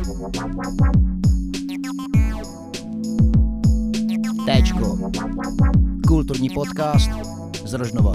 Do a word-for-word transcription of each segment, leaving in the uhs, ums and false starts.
Téčko. Kulturní podcast z Rožnova.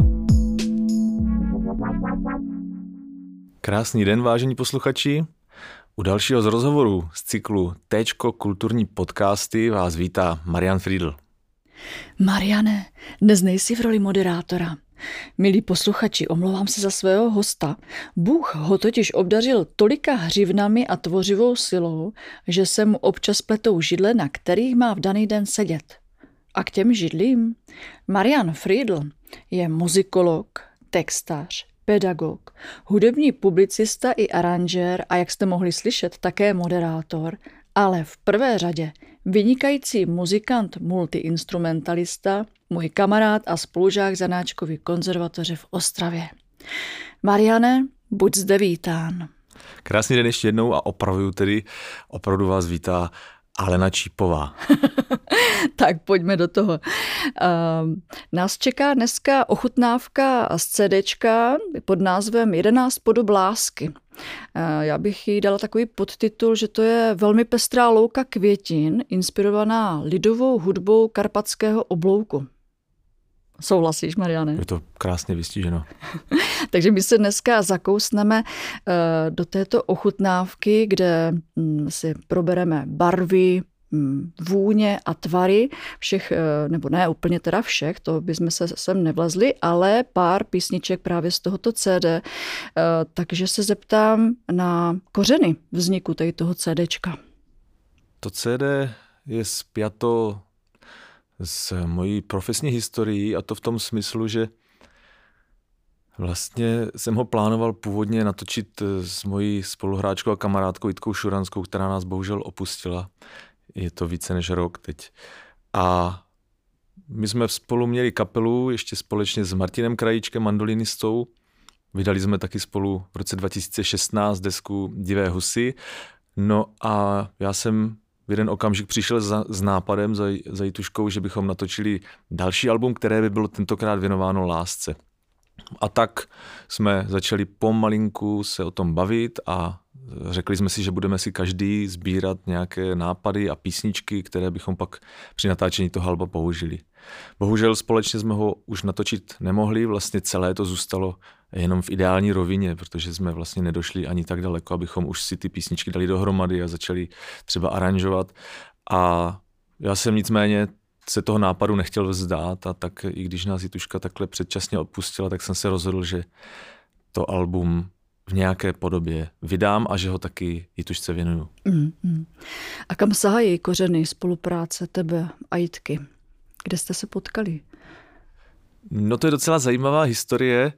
Krásný den, vážení posluchači. U dalšího z rozhovorů z cyklu Téčko kulturní podcasty vás vítá Marian Friedl. Mariane, dnes nejsi v roli moderátora. Milí posluchači, omlouvám se za svého hosta. Bůh ho totiž obdařil tolika hřivnami a tvořivou silou, že se mu občas pletou židle, na kterých má v daný den sedět. A k těm židlím? Marian Friedl je muzikolog, textař, pedagog, hudební publicista i aranžér a jak jste mohli slyšet, také moderátor, ale v prvé řadě vynikající muzikant, multiinstrumentalista, můj kamarád a spolužák Zanáčkovy konzervatoře v Ostravě. Mariane, buď zde vítán. Krásný den ještě jednou a opravuju tedy, opravdu vás vítá Alena Čípová. Tak pojďme do toho. Uh, nás čeká dneska ochutnávka z CDčka pod názvem jedenáct podob lásky. Uh, já bych jí dala takový podtitul, že to je velmi pestrá louka květin, inspirovaná lidovou hudbou karpatského oblouku. Souhlasíš, Mariane? Je to krásně vystíženo. Takže my se dneska zakousneme do této ochutnávky, kde si probereme barvy, vůně a tvary všech, nebo ne úplně teda všech, to bychom se sem nevlezli, ale pár písniček právě z tohoto C D. Takže se zeptám na kořeny vzniku tady toho CDčka. To C D je spjato s mojí profesní historií a to v tom smyslu, že vlastně jsem ho plánoval původně natočit s mojí spoluhráčkou a kamarádkou Jitkou Šuranskou, která nás bohužel opustila. Je to více než rok teď. A my jsme spolu měli kapelu ještě společně s Martinem Krajíčkem, mandolinistou. Vydali jsme taky spolu v roce dva tisíce šestnáct desku Divé husy. No a já jsem v jeden okamžik přišel za, s nápadem za, za Jituškou, že bychom natočili další album, které by bylo tentokrát věnováno lásce. A tak jsme začali pomalinku se o tom bavit a řekli jsme si, že budeme si každý sbírat nějaké nápady a písničky, které bychom pak při natáčení toho alba použili. Bohužel společně jsme ho už natočit nemohli, vlastně celé to zůstalo jenom v ideální rovině, protože jsme vlastně nedošli ani tak daleko, abychom už si ty písničky dali dohromady a začali třeba aranžovat. A já jsem nicméně se toho nápadu nechtěl vzdát a tak i když nás Jituška takhle předčasně odpustila, tak jsem se rozhodl, že to album v nějaké podobě vydám a že ho taky Jitušce věnuju. Mm, mm. A kam sahají kořeny spolupráce tebe a Jitky? Kde jste se potkali? No to je docela zajímavá historie.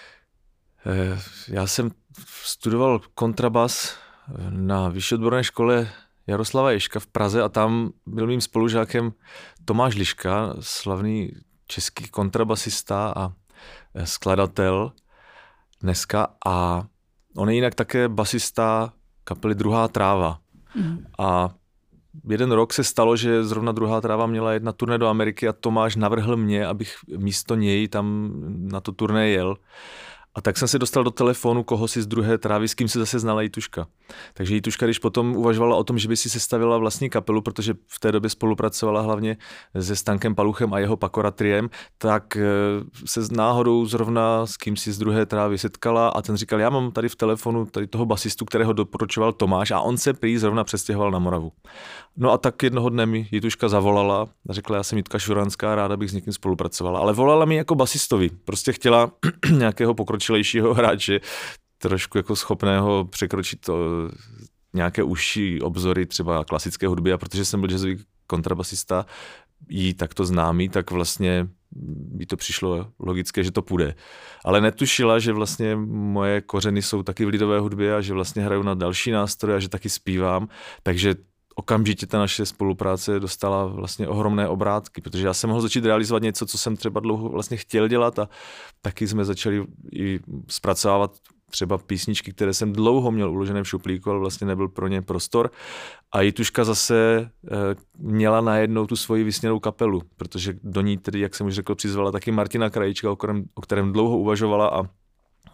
Já jsem studoval kontrabas na vyšší odborné škole Jaroslava Ježka v Praze a tam byl mým spolužákem Tomáš Liška, slavný český kontrabasista a skladatel dneska a on je jinak také basista kapely Druhá tráva. Mm. A jeden rok se stalo, že zrovna Druhá tráva měla jet na turné do Ameriky a Tomáš navrhl mě, abych místo něj tam na to turné jel. A tak jsem se dostal do telefonu koho si z Druhé trávy, s kým se zase znala Jituška. Takže Jituška, když potom uvažovala o tom, že by si sestavila vlastní kapelu, protože v té době spolupracovala hlavně se Stankem Paluchem a jeho Pakora triem, tak se náhodou zrovna s kým si z Druhé trávy setkala a ten říkal, já mám tady v telefonu tady toho basistu, kterého doporučoval Tomáš a on se prý zrovna přestěhoval na Moravu. No a tak jednoho dne mi Jituška zavolala a řekla, já jsem Jitka Šuranská, ráda bych s někým spolupracovala. Ale volala mi jako basistovi, prostě chtěla nějakého pokročilejšího hráče, trošku jako schopného překročit to, nějaké užší obzory třeba klasické hudby a protože jsem byl jazzový kontrabasista, jí takto známý, tak vlastně by to přišlo logické, že to půjde. Ale netušila, že vlastně moje kořeny jsou taky v lidové hudbě a že vlastně hraju na další nástroje a že taky zpívám, takže okamžitě ta naše spolupráce dostala vlastně ohromné obrátky, protože já jsem mohl začít realizovat něco, co jsem třeba dlouho vlastně chtěl dělat a taky jsme začali i zpracovávat třeba písničky, které jsem dlouho měl uložené v šuplíku, ale vlastně nebyl pro ně prostor. A Jituška zase e, měla najednou tu svoji vysněnou kapelu, protože do ní tedy, jak jsem už řekl, přizvala taky Martina Krajíčka, o kterém, o kterém dlouho uvažovala a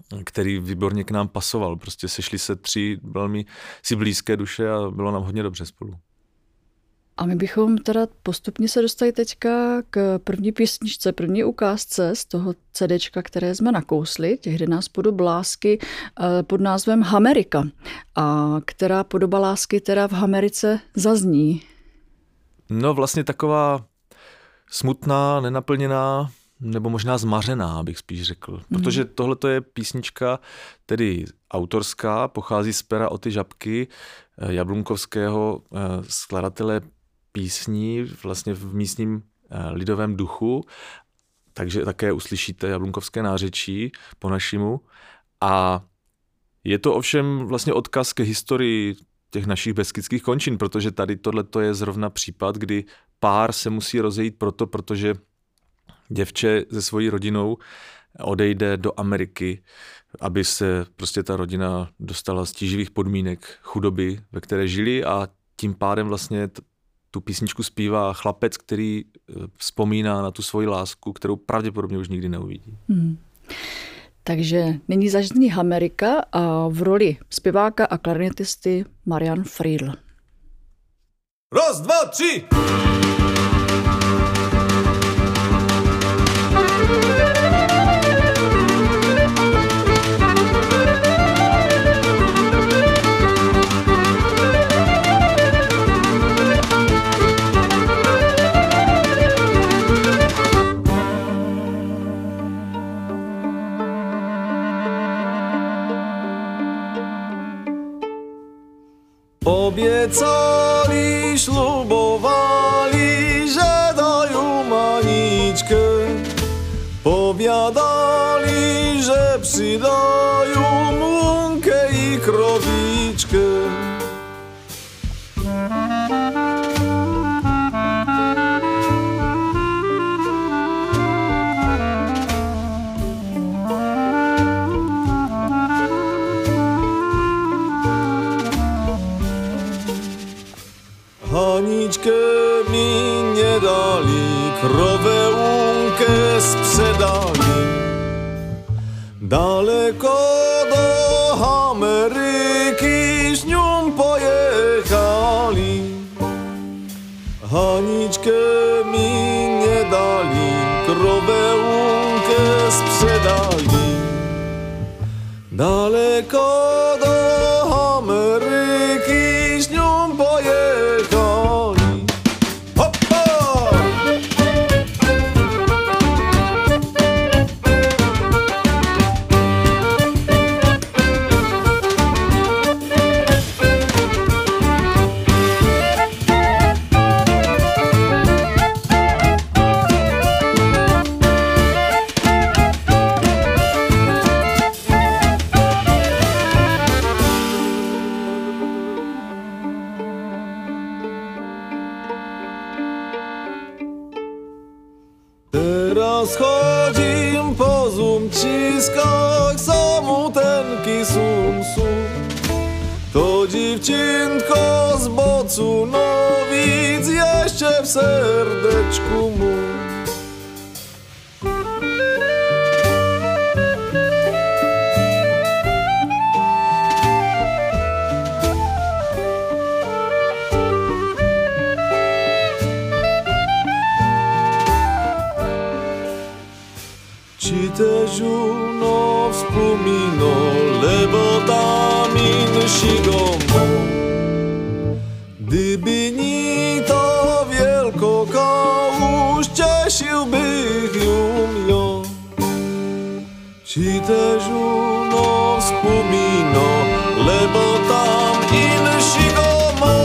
který výborně k nám pasoval. Prostě sešli se tři velmi si blízké duše a bylo nám hodně dobře spolu. A my bychom teda postupně se dostali teďka k první písničce, první ukázce z toho CDčka, které jsme nakousli, těch jedenáct podob lásky pod názvem Hamerika. A která podoba lásky teda v Hamerice zazní? No vlastně taková smutná, nenaplněná, nebo možná zmařená, bych spíš řekl. Protože tohle je písnička, tedy autorská, pochází z pera Oty Žabky, Jablunkovského skladatele písní, vlastně v místním lidovém duchu, takže také uslyšíte jablunkovské nářečí po našimu. A je to ovšem vlastně odkaz ke historii těch našich beskydských končin, protože tady tohleto je zrovna případ, kdy pár se musí rozejít proto, protože děvče se svojí rodinou odejde do Ameriky, aby se prostě ta rodina dostala z tíživých podmínek chudoby, ve které žili, a tím pádem vlastně t- tu písničku zpívá chlapec, který vzpomíná na tu svoji lásku, kterou pravděpodobně už nikdy neuvidí. Hmm. Takže nyní zazní Hamerika a v roli zpěváka a klarinetisty Marian Friedl. Raz, dva, tři! Obiecali, ślubowali, że dają maniczkę. Powiadali, że przydają mąkę i krowiczkę. Haniczkę mi nie dali, krowę łąkę sprzedali. Daleko do Ameryki z nią pojechali. Haniczkę mi nie dali, krowę łąkę sprzedali. Daleko do Ameryki z nią pojechali. Teraz chodzim po zumciskach, samotenki sum-sum. To dziewczynko z Bocunowic jeszcze w serdeczku mu. Ci też no wspomino, lebo tam insigo mo. Gdyby ni to wielko kałuż, cieszyłbych ją ja. Ci też no wspomino, lebo tam insigo mo.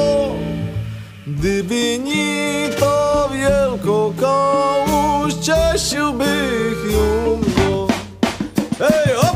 Gdyby ni to wielko kałuż, cieszyłbych ją ja. Hej, hop!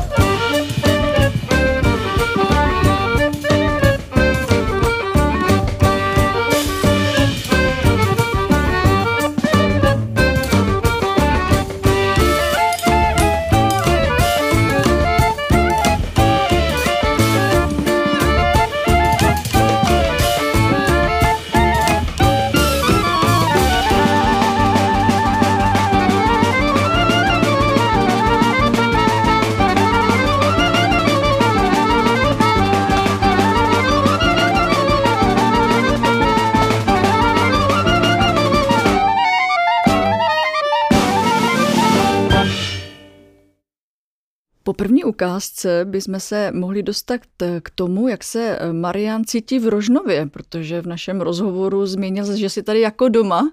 první ukázce bychom se mohli dostat k tomu, jak se Marian cítí v Rožnově, protože v našem rozhovoru zmínil, že jsi tady jako doma.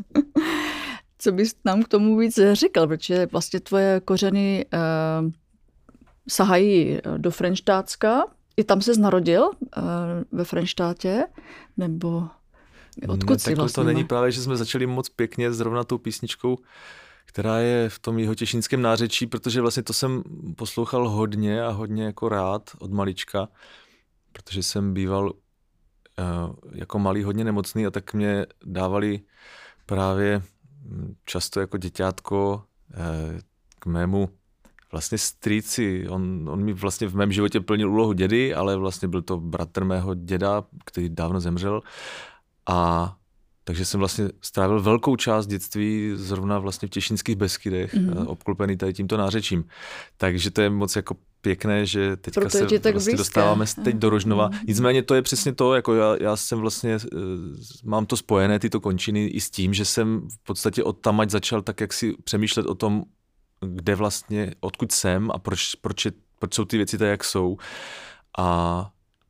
Co bys nám k tomu víc řekl, protože vlastně tvoje kořeny eh, sahají do Frenštátska. I tam ses narodil eh, ve Frenštátě, nebo odkud jsi vlastně? To není právě, že jsme začali moc pěkně zrovna tou písničkou, která je v tom jihotěšínském nářečí, protože vlastně to jsem poslouchal hodně a hodně jako rád od malička, protože jsem býval uh, jako malý hodně nemocný a tak mě dávali právě často jako děťátko uh, k mému vlastně strýci. On, on mi vlastně v mém životě plnil úlohu dědy, ale vlastně byl to bratr mého děda, který dávno zemřel. A takže jsem vlastně strávil velkou část dětství zrovna vlastně v Těšínských Beskydech, mm-hmm. obklopený tady tímto nářečím. Takže to je moc jako pěkné, že teďka proto se tak vlastně dostáváme teď do Rožnova. Mm-hmm. Nicméně to je přesně to, jako já, já jsem vlastně, mám to spojené, tyto končiny i s tím, že jsem v podstatě od tamať začal tak, jak si přemýšlet o tom, kde vlastně, odkud jsem a proč, proč, je, proč jsou ty věci tak, jak jsou. A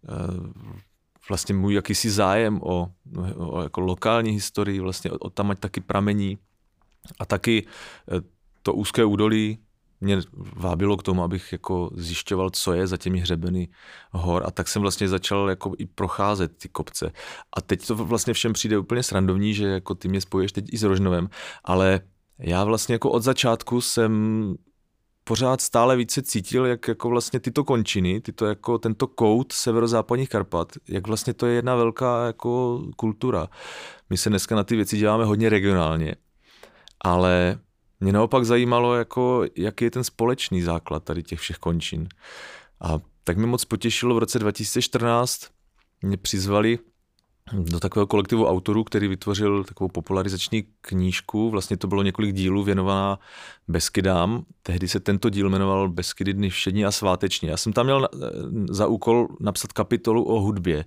vlastně můj jakýsi zájem o, o jako lokální historii vlastně od, od tamať taky pramení. A taky to úzké údolí mě vábilo k tomu, abych jako zjišťoval, co je za těmi hřebeny hor. A tak jsem vlastně začal jako i procházet ty kopce. A teď to vlastně všem přijde úplně srandovní, že jako ty mě spojuješ teď i s Rožnovem, ale já vlastně jako od začátku jsem pořád stále více cítil, jak jako vlastně tyto končiny, tyto jako tento kout severozápadních Karpat, jak vlastně to je jedna velká jako kultura. My se dneska na ty věci děláme hodně regionálně, ale mě naopak zajímalo, jako, jaký je ten společný základ tady těch všech končin. A tak mě moc potěšilo, v roce dva tisíce čtrnáct mě přizvali do takového kolektivu autorů, který vytvořil takovou popularizační knížku. Vlastně to bylo několik dílů věnovaná Beskydám. Tehdy se tento díl jmenoval Beskydy dny všední a sváteční. Já jsem tam měl za úkol napsat kapitolu o hudbě.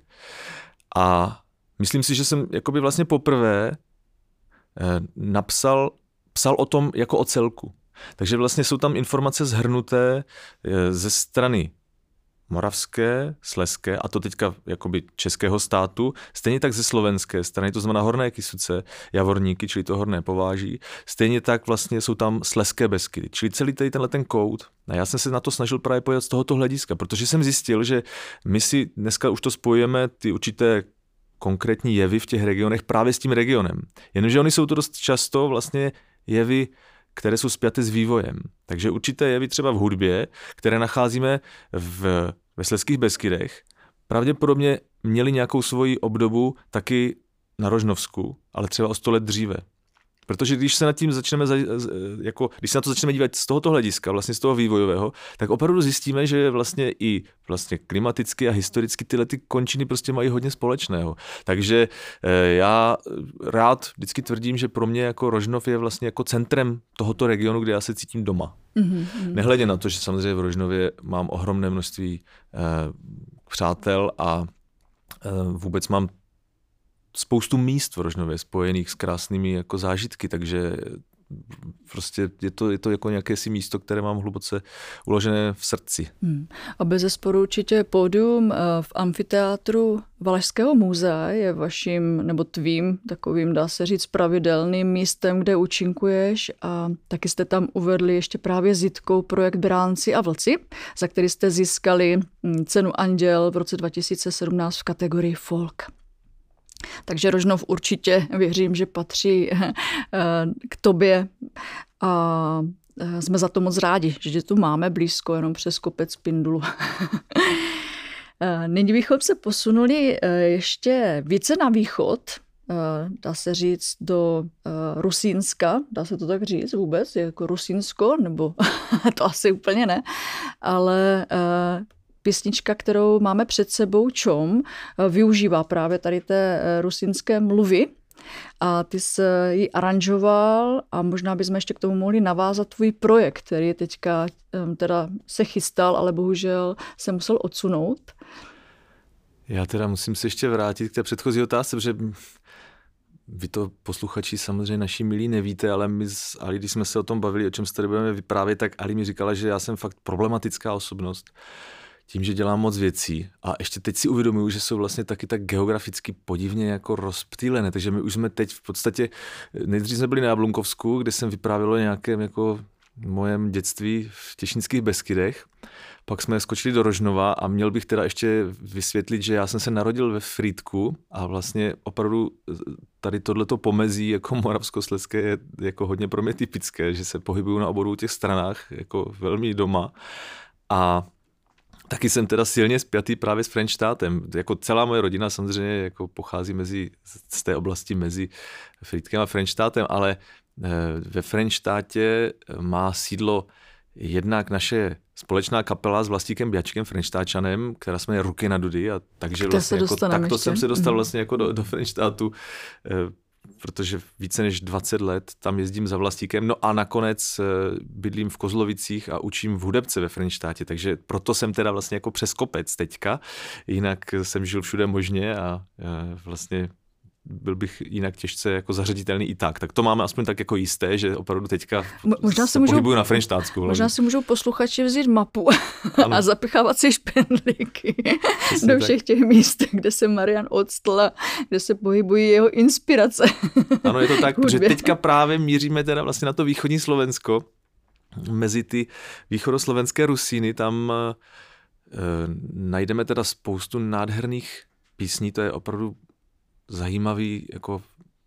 A myslím si, že jsem jakoby vlastně poprvé napsal, psal o tom jako o celku. Takže vlastně jsou tam informace shrnuté ze strany moravské, slezské, a to teďka jakoby českého státu, stejně tak ze slovenské strany, to znamená Horné Kysuce, Javorníky, čili to Horné Pováží, stejně tak vlastně jsou tam slezské Beskydy, čili celý tady tenhle ten kout. A já jsem se na to snažil právě pojat z tohoto hlediska, protože jsem zjistil, že my si dneska už to spojujeme ty určité konkrétní jevy v těch regionech právě s tím regionem. Jenomže oni jsou to dost často vlastně jevy, které jsou spjaty s vývojem. Takže určité jevy třeba v hudbě, které nacházíme v, ve Slezských Beskydech, pravděpodobně měly nějakou svoji obdobu taky na Rožnovsku, ale třeba o sto let dříve. Protože když se nad tím začneme, jako, když se na to začneme dívat z tohoto hlediska, vlastně z toho vývojového, tak opravdu zjistíme, že vlastně i vlastně klimaticky a historicky tyhle ty končiny prostě mají hodně společného. Takže já rád vždycky tvrdím, že pro mě jako Rožnov je vlastně jako centrem tohoto regionu, kde já se cítím doma. Mm-hmm. Nehledě na to, že samozřejmě v Rožnově mám ohromné množství eh, přátel a eh, vůbec mám spoustu míst v Rožnově spojených s krásnými jako zážitky, takže prostě je to, je to jako nějaké si místo, které mám hluboce uložené v srdci. Hmm. A bezesporu určitě pódium v amfiteátru Valašského muzea je vaším nebo tvým takovým, dá se říct, pravidelným místem, kde účinkuješ, a taky jste tam uvedli ještě právě s Jitkou projekt Beránci a vlci, za který jste získali cenu Anděl v roce dva tisíce sedmnáct v kategorii folk. Takže Rožnov určitě věřím, že patří k tobě a jsme za to moc rádi, že tu máme blízko jenom přes kopec Pindulu. Nyní bychom se posunuli ještě více na východ, dá se říct do Rusínska, dá se to tak říct vůbec, jako Rusínsko, nebo to asi úplně ne, ale písnička, kterou máme před sebou, Čom, využívá právě tady té rusínské mluvy a ty jsi ji aranžoval a možná bychom ještě k tomu mohli navázat tvůj projekt, který teďka teda se chystal, ale bohužel se musel odsunout. Já teda musím se ještě vrátit k té předchozí otázce, protože vy to posluchači samozřejmě naši milí nevíte, ale my s Ali, když jsme se o tom bavili, o čem se tady budeme vyprávět, tak Ali mi říkala, že já jsem fakt problematická osobnost. Tím, že dělám moc věcí a ještě teď si uvědomuju, že jsou vlastně taky tak geograficky podivně jako rozptýlené, takže my už jsme teď v podstatě, nejdřív jsme byli na Jablunkovsku, kde jsem vyprávěl o nějakém jako mojem dětství v Těšínských Beskydech, pak jsme skočili do Rožnova a měl bych teda ještě vysvětlit, že já jsem se narodil ve Frýdku a vlastně opravdu tady tohleto pomezí jako moravskoslezské je jako hodně pro mě typické, že se pohybuju na obou těch stranách jako velmi doma a taky jsem teda silně spjatý právě s Frenštátem. Jako celá moje rodina samozřejmě jako pochází mezi, z té oblasti mezi Frýdkem a Frenštátem, ale ve Frenštátě má sídlo jednak naše společná kapela s Vlastíkem Bjačkem, Frenštáčanem, která se jmenuje Ruky na dudy, a takže vlastně jako, takto jsem se dostal vlastně jako do, do Frenštátu, protože více než dvacet let tam jezdím za Vlastíkem, no a nakonec bydlím v Kozlovicích a učím v hudebce ve Frenštátě, takže proto jsem teda vlastně jako přes kopec teďka, jinak jsem žil všude možně a vlastně byl bych jinak těžce jako zařaditelný i tak. Tak to máme aspoň tak jako jisté, že opravdu teďka možná se můžou, pohybuju na Frenštátsku. Možná si můžou posluchači vzít mapu a zapichávat si špendlíky do všech těch míst, kde se Marian odstl a kde se pohybují jeho inspirace. Ano, je to tak, protože teďka právě míříme teda vlastně na to východní Slovensko, mezi ty východoslovenské Rusíny, tam e, najdeme teda spoustu nádherných písní, to je opravdu zajímavý jako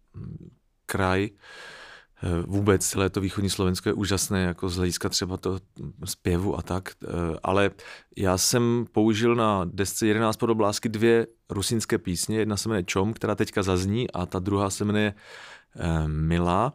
kraj. Vůbec celé to východní Slovensko je úžasné, jako z hlediska třeba to zpěvu a tak, ale já jsem použil na desce jedenáct podob lásky dvě rusínské písně, jedna se jmenuje Čom, která teďka zazní, a ta druhá se jmenuje Mila.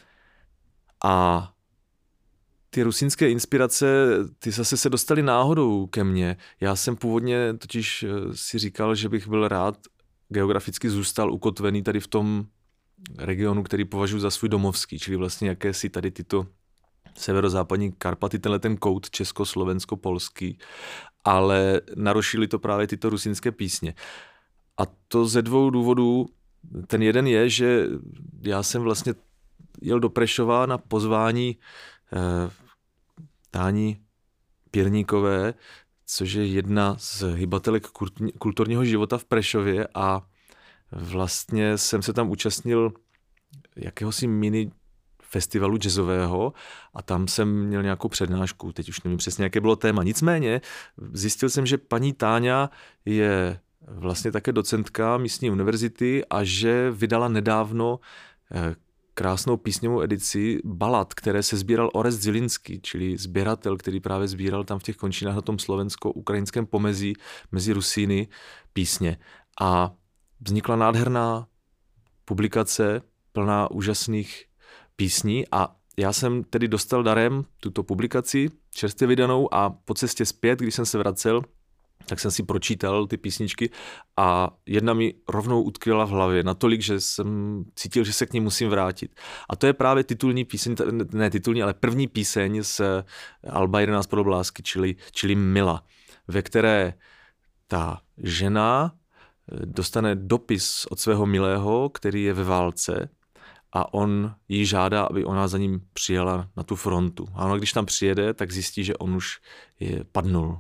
A ty rusínské inspirace, ty zase se dostaly náhodou ke mně. Já jsem původně totiž si říkal, že bych byl rád geograficky zůstal ukotvený tady v tom regionu, který považuji za svůj domovský, čili vlastně jakési tady tyto severozápadní Karpaty, tenhle ten kout československo-polský, ale narušili to právě tyto rusínské písně. A to ze dvou důvodů. Ten jeden je, že já jsem vlastně jel do Prešova na pozvání eh, Táni Pěrníkové, což je jedna z hybatelek kulturního života v Prešově, a vlastně jsem se tam účastnil jakéhosi mini festivalu jazzového a tam jsem měl nějakou přednášku, teď už nevím přesně, jaké bylo téma. Nicméně zjistil jsem, že paní Táňa je vlastně také docentka místní univerzity a že vydala nedávno krásnou písňovou edici balad, které se sbíral Orest Zilinský, čili sběratel, který právě sbíral tam v těch končinách na tom slovensko-ukrajinském pomezí mezi Rusíny písně. A vznikla nádherná publikace plná úžasných písní a já jsem tedy dostal darem tuto publikaci čerstvě vydanou a po cestě zpět, když jsem se vracel, tak jsem si pročítal ty písničky a jedna mi rovnou utkvěla v hlavě natolik, že jsem cítil, že se k ní musím vrátit. A to je právě titulní píseň, ne titulní, ale první píseň z alba jedenáct podob lásky, čili, čili Mila, ve které ta žena dostane dopis od svého milého, který je ve válce, a on jí žádá, aby ona za ním přijela na tu frontu. A ona, když tam přijede, tak zjistí, že on už je padnul.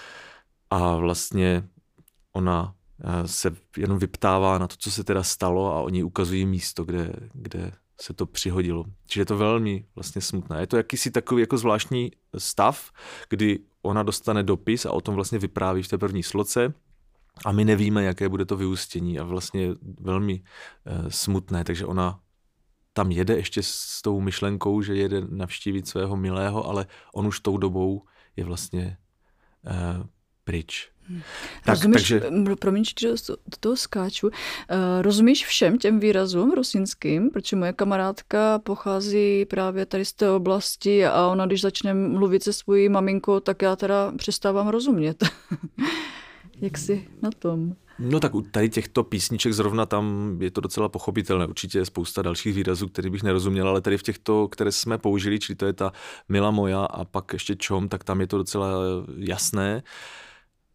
A vlastně ona se jenom vyptává na to, co se teda stalo, a oni ukazují místo, kde, kde se to přihodilo. Čiže je to velmi vlastně smutné. Je to jakýsi takový jako zvláštní stav, kdy ona dostane dopis a o tom vlastně vypráví v té první sloce a my nevíme, jaké bude to vyústění, a vlastně velmi eh, smutné, takže ona tam jede ještě s tou myšlenkou, že jede navštívit svého milého, ale on už tou dobou je vlastně eh, pryč. Hmm. Tak, rozumíš, takže... promiň, že do toho skáču, uh, rozumíš všem těm výrazům rusínským, protože moje kamarádka pochází právě tady z té oblasti a ona, když začne mluvit se svojí maminkou, tak já teda přestávám rozumět. Jak jsi na tom? No tak u tady těchto písniček zrovna tam je to docela pochopitelné. Určitě je spousta dalších výrazů, který bych nerozuměl, ale tady v těchto, které jsme použili, čili to je ta Mila moja a pak ještě Čom, tak tam je to docela jasné.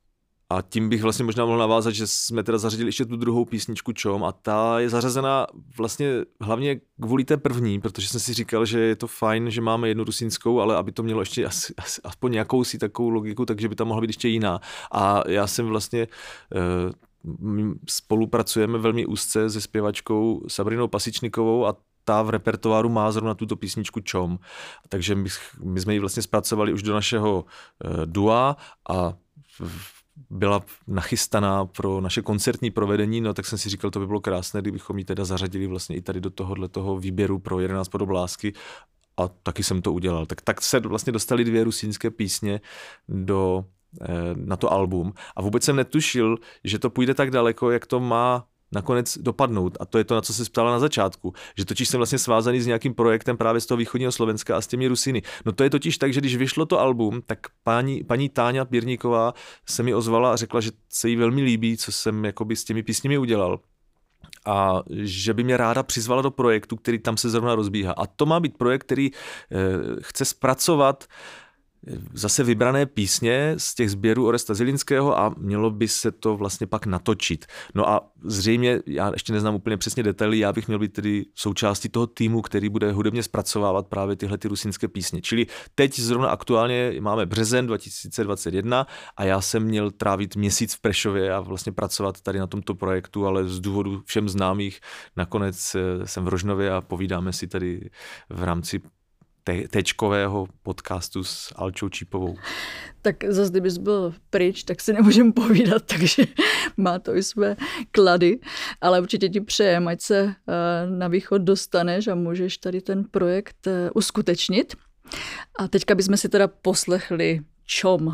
A tím bych vlastně možná mohl navázat, že jsme teda zařadili ještě tu druhou písničku Čom a ta je zařazená vlastně hlavně kvůli té první, protože jsem si říkal, že je to fajn, že máme jednu rusínskou, ale aby to mělo ještě asi, asi, aspoň nějakou si takovou logiku, takže by tam mohla být ještě jiná. A já jsem vlastně uh, spolupracujeme velmi úzce se zpěvačkou Sabrinou Pasičnikovou a ta v repertoáru má zrovna tuto písničku Čom. Takže my, my jsme ji vlastně zpracovali už do našeho uh, dua a v, byla nachystaná pro naše koncertní provedení, no tak jsem si říkal, to by bylo krásné, kdybychom ji teda zařadili vlastně i tady do tohohle toho výběru pro jedenáct podob lásky a taky jsem to udělal. Tak, tak se vlastně dostali dvě rusínské písně do, na to album a vůbec jsem netušil, že to půjde tak daleko, jak to má nakonec dopadnout. A to je to, na co se ptala na začátku. Že totiž jsem vlastně svázaný s nějakým projektem právě z toho východního Slovenska a s těmi Rusiny. No to je totiž tak, že když vyšlo to album, tak paní, paní Táňa Pírníková se mi ozvala a řekla, že se jí velmi líbí, co jsem jakoby s těmi písněmi udělal. A že by mě ráda přizvala do projektu, který tam se zrovna rozbíhá. A to má být projekt, který eh, chce zpracovat zase vybrané písně z těch sběrů Oresta Zilinského a mělo by se to vlastně pak natočit. No a zřejmě, já ještě neznám úplně přesně detaily, já bych měl být tedy součástí toho týmu, který bude hudebně zpracovávat právě tyhle ty rusínské písně. Čili teď zrovna aktuálně máme březen dva tisíce dvacet jedna a já jsem měl trávit měsíc v Prešově a vlastně pracovat tady na tomto projektu, ale z důvodu všem známých nakonec jsem v Rožnově a povídáme si tady v rámci tečkového podcastu s Alčou Čípovou. Tak zase, kdybys byl pryč, tak si nemůžeme povídat, takže má to i své klady, ale určitě ti přejem, ať se na východ dostaneš a můžeš tady ten projekt uskutečnit. A teďka bychom si teda poslechli Čom.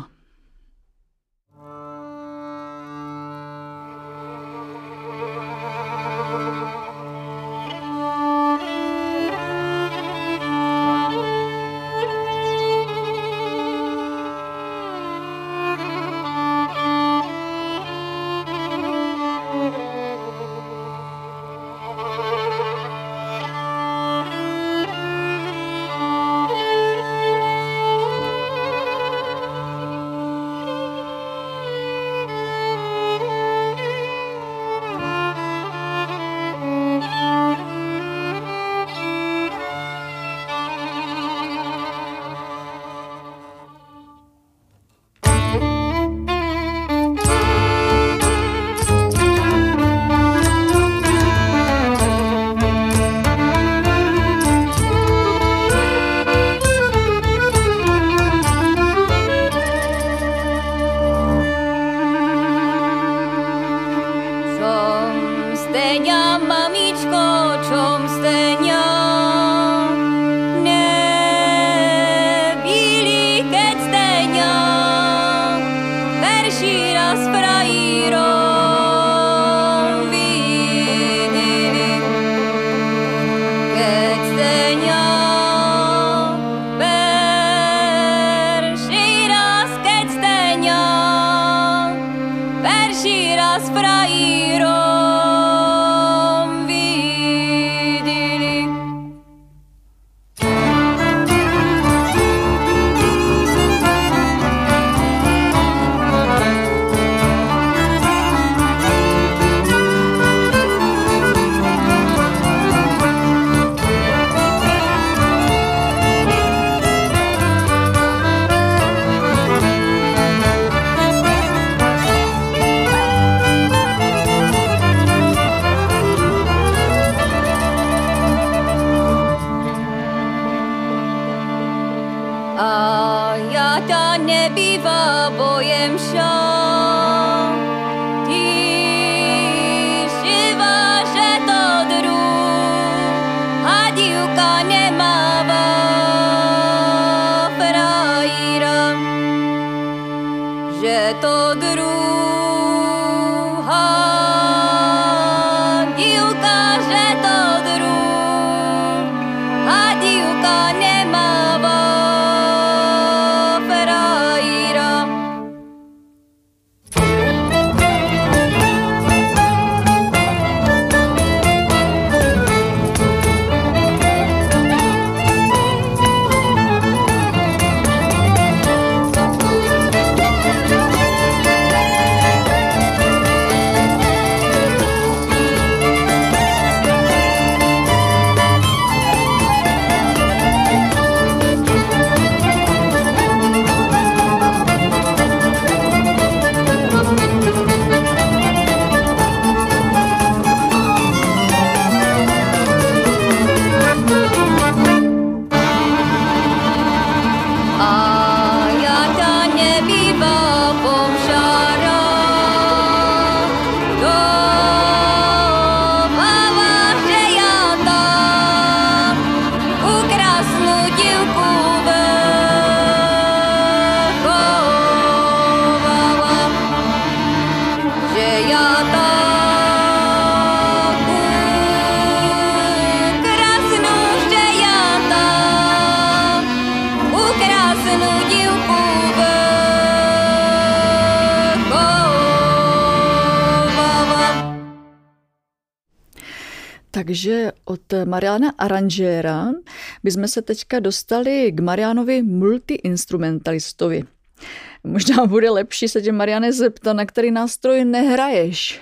Takže od Mariana Aranžéra bychom se teďka dostali k Marianovi multiinstrumentalistovi. Možná bude lepší se tě, Mariane, zeptat, na který nástroj nehraješ.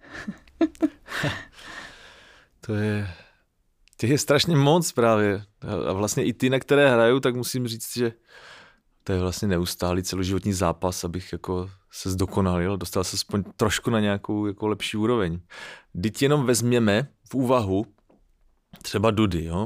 To je... Těch je strašně moc právě. A vlastně i ty, na které hraju, tak musím říct, že to je vlastně neustálý celoživotní zápas, abych jako se zdokonalil, dostal se aspoň trošku na nějakou jako lepší úroveň. Vždyť jenom vezměme v úvahu třeba dudy, jo.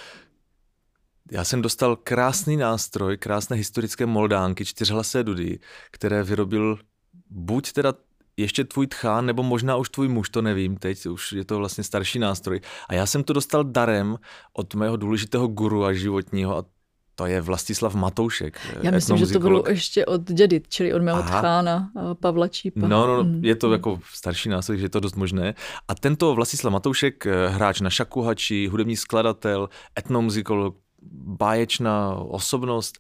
Já jsem dostal krásný nástroj, krásné historické moldánky, čtyřhlasé dudy, které vyrobil buď teda ještě tvůj tchán, nebo možná už tvůj muž, to nevím teď, už je to vlastně starší nástroj. A já jsem to dostal darem od mého důležitého guru a životního, a to je Vlastislav Matoušek. Já myslím, že to bylo ještě od dědy, čili od mého Aha. tchána Pavla Čípa. No, no, no, je to jako starší nástroj, že je to dost možné. A tento Vlastislav Matoušek, hráč na šakuhači, hudební skladatel, etnomuzikolog, báječná osobnost,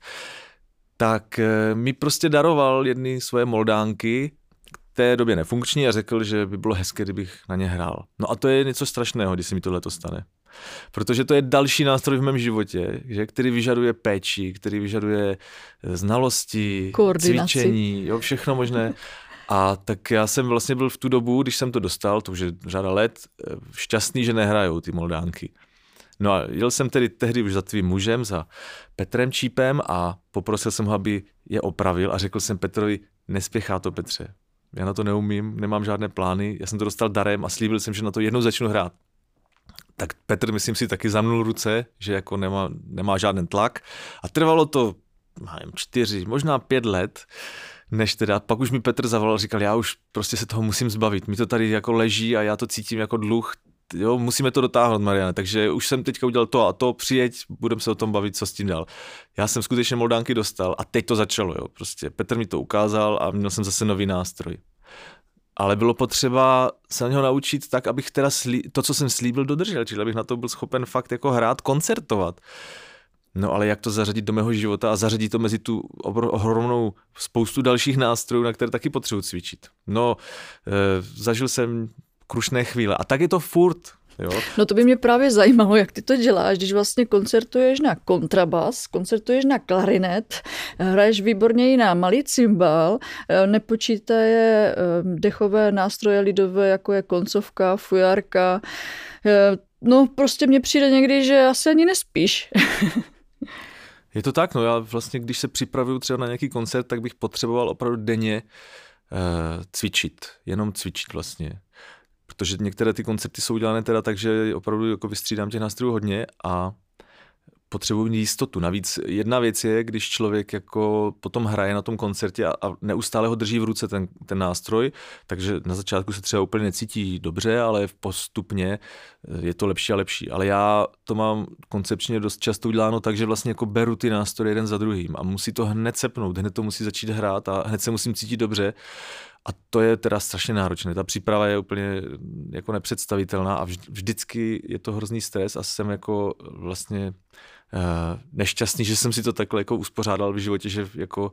tak mi prostě daroval jedny svoje moldánky, v té době nefunkční, a řekl, že by bylo hezké, kdybych na ně hrál. No a to je něco strašného, když se mi tohleto stane. Protože to je další nástroj v mém životě, že, který vyžaduje péči, který vyžaduje znalosti, cvičení, jo, všechno možné. A tak já jsem vlastně byl v tu dobu, když jsem to dostal, to už je řada let, šťastný, že nehrajou ty moldánky. No a jel jsem tedy tehdy už za tvým mužem, za Petrem Čípem, a poprosil jsem ho, aby je opravil, a řekl jsem Petrovi, nespěchá to, Petře. Já na to neumím, nemám žádné plány, já jsem to dostal darem a slíbil jsem, že na to jednou začnu hrát. Tak Petr, myslím si, taky zamnul ruce, že jako nemá, nemá žádný tlak, a trvalo to, nevím, čtyři, možná pět let, než teda, pak už mi Petr zavolal, říkal, já už prostě se toho musím zbavit, mi to tady jako leží a já to cítím jako dluh, jo, musíme to dotáhnout, Mariane, takže už jsem teďka udělal to a to, přijeď, budeme se o tom bavit, co s tím dál. Já jsem skutečně moldánky dostal a teď to začalo, jo, prostě Petr mi to ukázal a měl jsem zase nový nástroj. Ale bylo potřeba se na něho naučit tak, abych teda slí, to, co jsem slíbil, dodržel, čili abych na to byl schopen fakt jako hrát, koncertovat. No ale jak to zařadit do mého života a zařadit to mezi tu ohromnou spoustu dalších nástrojů, na které taky potřebuji cvičit. No, e, zažil jsem krušné chvíle a tak je to furt. Jo. No to by mě právě zajímalo, jak ty to děláš, když vlastně koncertuješ na kontrabas, koncertuješ na klarinet, hraješ výborně i na malý cymbal, nepočítaje dechové nástroje lidové, jako je koncovka, fujarka. No prostě mně přijde někdy, že asi ani nespíš. Je to tak, no já vlastně, když se připravuju třeba na nějaký koncert, tak bych potřeboval opravdu denně uh, cvičit, jenom cvičit vlastně. Protože některé ty koncerty jsou udělané teda tak, že opravdu jako vystřídám těch nástrojů hodně a potřebuji mít jistotu. Navíc jedna věc je, když člověk jako potom hraje na tom koncertě a, a neustále ho drží v ruce ten, ten nástroj, takže na začátku se třeba úplně necítí dobře, ale postupně je to lepší a lepší. Ale já to mám koncepčně dost často uděláno tak, že vlastně jako beru ty nástroje jeden za druhým a musí to hned sepnout, hned to musí začít hrát a hned se musím cítit dobře. A to je teda strašně náročné. Ta příprava je úplně jako nepředstavitelná a vždycky je to hrozný stres a jsem jako vlastně uh, nešťastný, že jsem si to takhle jako uspořádal v životě, že jako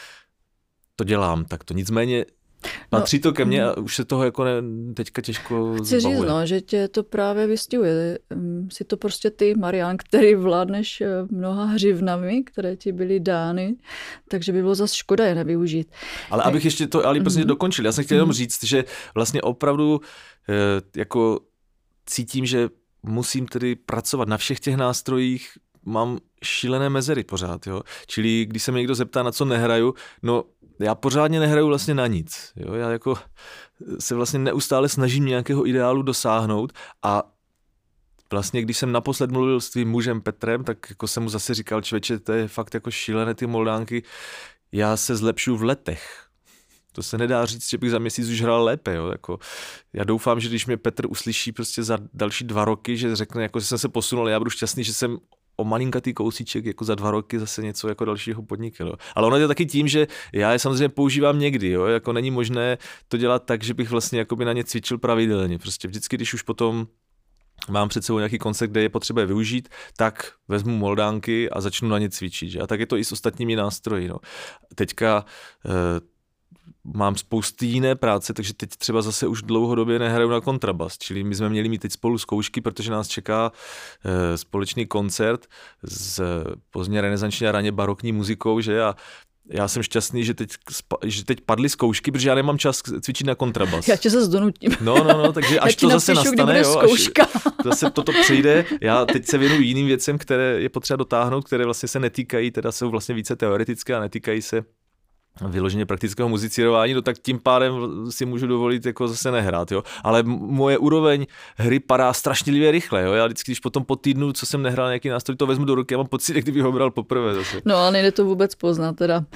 to dělám takto. Nicméně patří to ke mně a už se toho jako ne, teďka těžko Chci zbavuje. říct, no, že tě to právě vystihuje. Jsi to prostě ty, Marián, který vládneš mnoha hřivnami, které ti byly dány, takže by bylo zase škoda je nevyužít. Ale abych ještě to Ali prostě mm-hmm. dokončil. Já jsem chtěl jenom říct, že vlastně opravdu jako cítím, že musím tedy pracovat na všech těch nástrojích, mám šílené mezery pořád, jo. Čili když se mě někdo zeptá, na co nehraju, no já pořádně nehraju vlastně na nic, jo. Já jako se vlastně neustále snažím nějakého ideálu dosáhnout a vlastně když jsem naposled mluvil s tvým mužem Petrem, tak jako jsem mu zase říkal, člověče, to je fakt jako šílené ty moldánky, já se zlepšuju v letech. To se nedá říct, že bych za měsíc už hrál lépe. Jo? Jako, já doufám, že když mě Petr uslyší prostě za další dva roky, že řekne, jako, že jsem se posunul, já budu šťastný, že jsem o malinkatý kousíček jako za dva roky zase něco jako dalšího podnikl. Jo? Ale ono je taky tím, že já je samozřejmě používám někdy. Jo? Jako není možné to dělat tak, že bych vlastně jakoby na ně cvičil pravidelně. Prostě vždycky, když už potom mám před sebou nějaký koncert, kde je potřeba je využít, tak vezmu moldánky a začnu na ně cvičit. Že? A tak je to i s ostatními nástroji. No. Teďka mám spousty jiné práce, takže teď třeba zase už dlouhodobě nehraju na kontrabas, čili my jsme měli mít teď spolu zkoušky, protože nás čeká e, společný koncert s pozdně renesanční a raně barokní muzikou, že a já jsem šťastný, že teď, že teď padly zkoušky, protože já nemám čas cvičit na kontrabas. Já tě zase donutím. No, no, no, takže až to zase napíšu, nastane, jo, až to zase toto přejde, já teď se věnuju jiným věcem, které je potřeba dotáhnout, které vlastně se netýkají, teda jsou vlastně více teoretické a netýkají se vyloženě praktického muzicírování, no tak tím pádem si můžu dovolit jako zase nehrát, jo. Ale moje úroveň hry padá strašně rychle, jo. Já vždycky, když potom po týdnu, co jsem nehrál nějaký nástroj, to vezmu do ruky, já mám pocit, jak kdybych ho bral poprvé zase. No a nejde to vůbec poznat teda. Uh,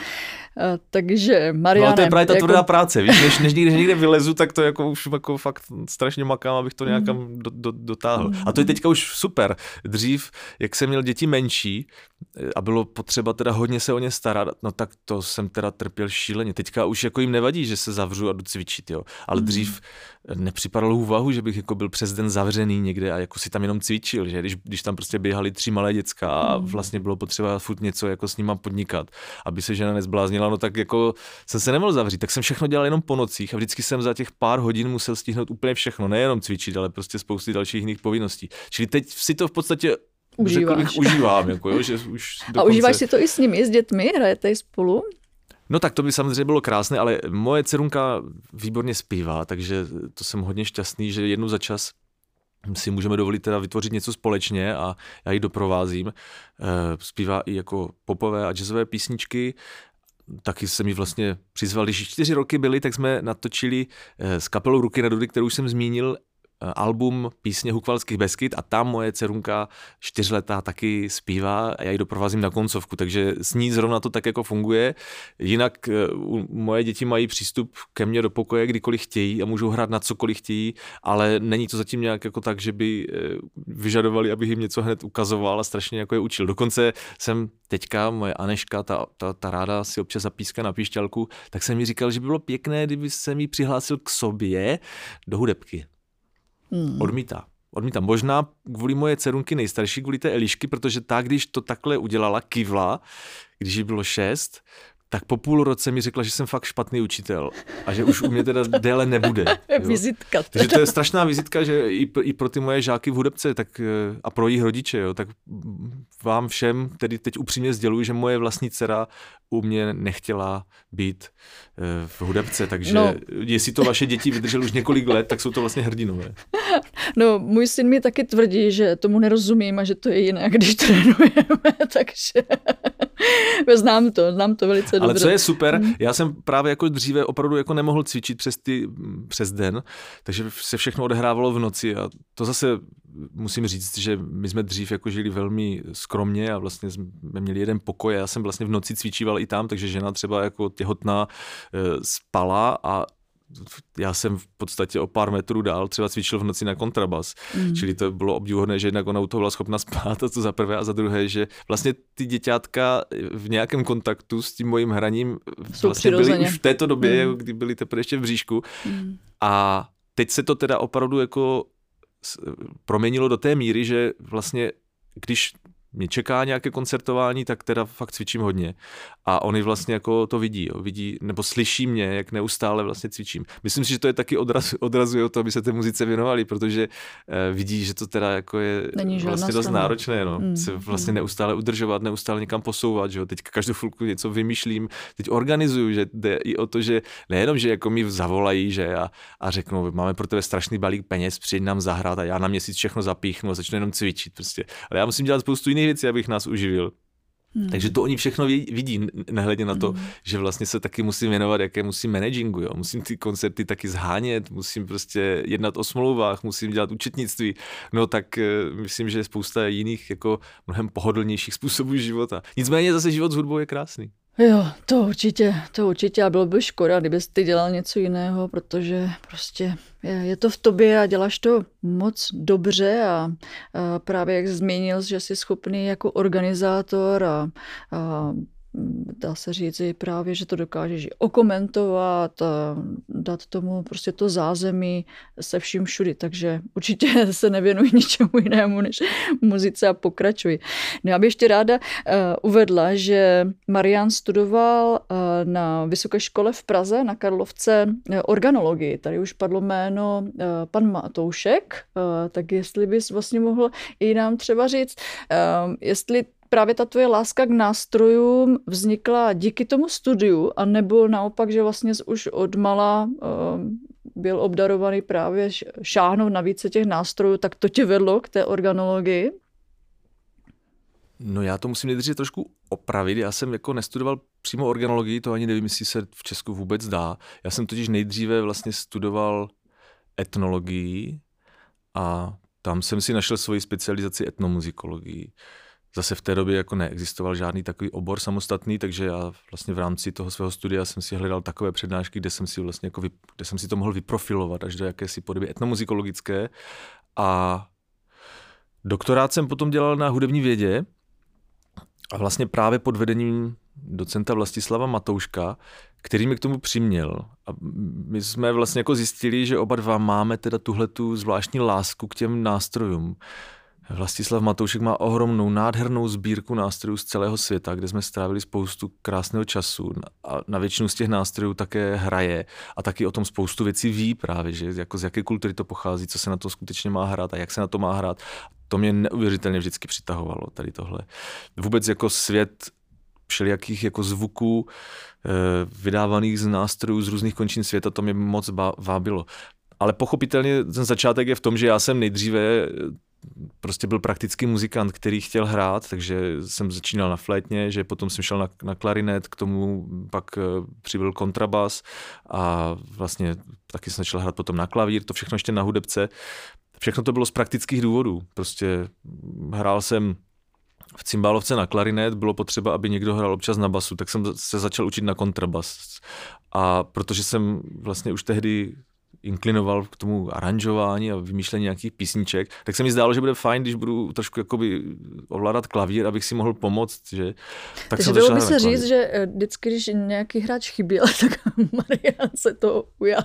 takže Mariane. No to je právě ta jako... tvrdá práce, víš, než, než někde, někde vylezu, tak to jako už jako fakt strašně makám, abych to nějakam mm. do, do, dotáhl. Mm. A to je teďka už super. Dřív, jak jsem měl děti menší a bylo potřeba teda hodně se o ně starat, no tak to jsem teda trpěl šíleně. Teďka už jako jim nevadí, že se zavřu a jdu cvičit, jo. Ale mm. dřív nepřipadalo úvahu, že bych jako byl přes den zavřený někde a jako si tam jenom cvičil, že když, když tam prostě běhali tři malé děcka a vlastně bylo potřeba furt něco jako s nima podnikat, aby se žena nezbláznila, no tak jako jsem se nemohl zavřít, tak jsem všechno dělal jenom po nocích a vždycky jsem za těch pár hodin musel stihnout úplně všechno, nejenom cvičit, ale prostě spousty dalších jiných povinností. Čili teď si to v podstatě užíváš. Bych, užívám, jako, jo, že už dokonce... A užíváš si to i s nimi, s dětmi, hrajete spolu? No tak to by samozřejmě bylo krásné, ale moje dcerunka výborně zpívá, takže to jsem hodně šťastný, že jednou za čas si můžeme dovolit teda vytvořit něco společně a já ji doprovázím. Zpívá i jako popové a jazzové písničky. Taky jsem ji vlastně přizval, když čtyři roky byly, tak jsme natočili s kapelou Ruky na dudy, kterou jsem zmínil, album Písně Hukvalských Beskyd a tam moje dcerunka čtyřletá taky zpívá a já ji doprovázím na koncovku, takže s ní zrovna to tak jako funguje. Jinak moje děti mají přístup ke mně do pokoje, kdykoliv chtějí a můžou hrát na cokoliv chtějí, ale není to zatím nějak jako tak, že by vyžadovali, abych jim něco hned ukazoval a strašně jako je učil. Dokonce jsem teďka, moje Aneška, ta, ta, ta ráda si občas zapíská na píšťalku, tak jsem mi říkal, že by bylo pěkné, kdyby se mi přihlásil k sobě do hudebky. Hmm. Odmítá. Odmítá. Možná kvůli moje dcerunky nejstarší, kvůli té Elišky, protože ta, když to takhle udělala, kivla, když jí bylo šest, tak po půl roce mi řekla, že jsem fakt špatný učitel a že už u mě teda déle nebude. Vizitka. Takže to je strašná vizitka, že i pro, i pro ty moje žáky v hudebce tak, a pro jejich rodiče, jo, tak vám všem tedy teď upřímně sděluji, že moje vlastní dcera u mě nechtěla být v hudebce, takže no. Jestli to vaše děti vydržely už několik let, tak jsou to vlastně hrdinové. No, můj syn mi taky tvrdí, že tomu nerozumím a že to je jinak, když trénujeme, takže znám to, znám to velice dobře. Ale co je super, já jsem právě jako dříve opravdu jako nemohl cvičit přes, ty, přes den, takže se všechno odehrávalo v noci a to zase musím říct, že my jsme dřív jako žili velmi skromně a vlastně jsme měli jeden pokoj a já jsem vlastně v noci cvičíval i tam, takže žena třeba jako těhotná spala a já jsem v podstatě o pár metrů dál třeba cvičil v noci na kontrabas, mm. čili to bylo obdivuhodné, že jednak ona u toho byla schopna spát, a to za prvé, a za druhé, že vlastně ty děťátka v nějakém kontaktu s tím mojím hraním jsou vlastně byly přirozeně. už v této době, mm. kdy byly teprve ještě v bříšku mm. a teď se to teda opravdu jako proměnilo do té míry, že vlastně když mě čeká nějaké koncertování, tak teda fakt cvičím hodně. A oni vlastně jako to vidí, jo. vidí, nebo slyší mě, jak neustále vlastně cvičím. Myslím si, že to je taky odraz, odrazuje o to, aby se té muzice věnovali, protože eh, vidí, že to teda jako je vlastně dost strana. náročné, no. Mm. Se vlastně neustále udržovat, neustále někam posouvat, že jo. Teď každou chvilku něco vymýšlím, teď organizuju, že jde i o to, že nejenom, že jako mi zavolají, že a, a řeknou, máme pro tebe strašný balík peněz, přijď nám zahrát a já na měsíc všechno zapíchnu a začnu jenom cvičit prostě. Ale já musím dělat spoustu jiných věcí, abych nás uživil. Hmm. Takže to oni všechno vidí, nehledě na to, hmm. že vlastně se taky musím věnovat jakémusi managingu, jo. Musím ty koncerty taky zhánět, musím prostě jednat o smlouvách, musím dělat účetnictví, no tak uh, myslím, že je spousta jiných jako mnohem pohodlnějších způsobů života. Nicméně zase život s hudbou je krásný. Jo, to určitě, to určitě a bylo by škoda, kdybys ty dělal něco jiného, protože prostě je, je to v tobě a děláš to moc dobře a, a právě jak zmínil, že jsi schopný jako organizátor a, a dá se říct právě, že to dokážeš okomentovat a dát tomu prostě to zázemí se vším všudy, takže určitě se nevěnuji ničemu jinému než muzice a pokračuji. No, já bych ještě ráda uh, uvedla, že Marian studoval uh, na Vysoké škole v Praze na Karlovce uh, organologii. Tady už padlo jméno uh, pan Matoušek, uh, tak jestli bys vlastně mohl i nám třeba říct, uh, jestli právě ta tvoje láska k nástrojům vznikla díky tomu studiu, anebo naopak, že vlastně už od mala uh, byl obdarovaný právě šáhnout na více těch nástrojů, tak to tě vedlo k té organologii? No já to musím nejdřív trošku opravit. Já jsem jako nestudoval přímo organologii, to ani nevím, jestli se v Česku vůbec dá. Já jsem totiž nejdříve vlastně studoval etnologii a tam jsem si našel svoji specializaci etnomuzikologii. Zase v té době jako neexistoval žádný takový obor samostatný, takže já vlastně v rámci toho svého studia jsem si hledal takové přednášky, kde jsem si vlastně jako vy, kde jsem si to mohl vyprofilovat až do jakési podoby etnomuzikologické. A doktorát jsem potom dělal na hudební vědě a vlastně právě pod vedením docenta Vlastislava Matouška, který mi k tomu přiměl. A my jsme vlastně jako zjistili, že oba dva máme teda tuhletu zvláštní lásku k těm nástrojům. Vlastislav Matoušek má ohromnou, nádhernou sbírku nástrojů z celého světa, kde jsme strávili spoustu krásného času a na většinu z těch nástrojů také hraje a taky o tom spoustu věcí ví právě, že jako z jaké kultury to pochází, co se na to skutečně má hrát a jak se na to má hrát. To mě neuvěřitelně vždycky přitahovalo, tady tohle. Vůbec jako svět všelijakých jako zvuků vydávaných z nástrojů z různých končin světa, to mě moc vábilo. Ale pochopitelně ten začátek je v tom, že já jsem nejdříve prostě byl praktický muzikant, který chtěl hrát, takže jsem začínal na flétně, že potom jsem šel na, na klarinet, k tomu pak přibyl kontrabas a vlastně taky jsem začal hrát potom na klavír, to všechno ještě na hudebce. Všechno to bylo z praktických důvodů. Prostě hrál jsem v cymbálovce na klarinet, bylo potřeba, aby někdo hrál občas na basu, tak jsem se začal učit na kontrabas. A protože jsem vlastně už tehdy inklinoval k tomu aranžování a vymýšlení nějakých písniček, tak se mi zdálo, že bude fajn, když budu trošku jakoby ovládat klavír, abych si mohl pomoct, že tak Takže jsem dalo by se klavír. říct, že vždycky, když nějaký hráč chyběl, tak Marian se to ujal.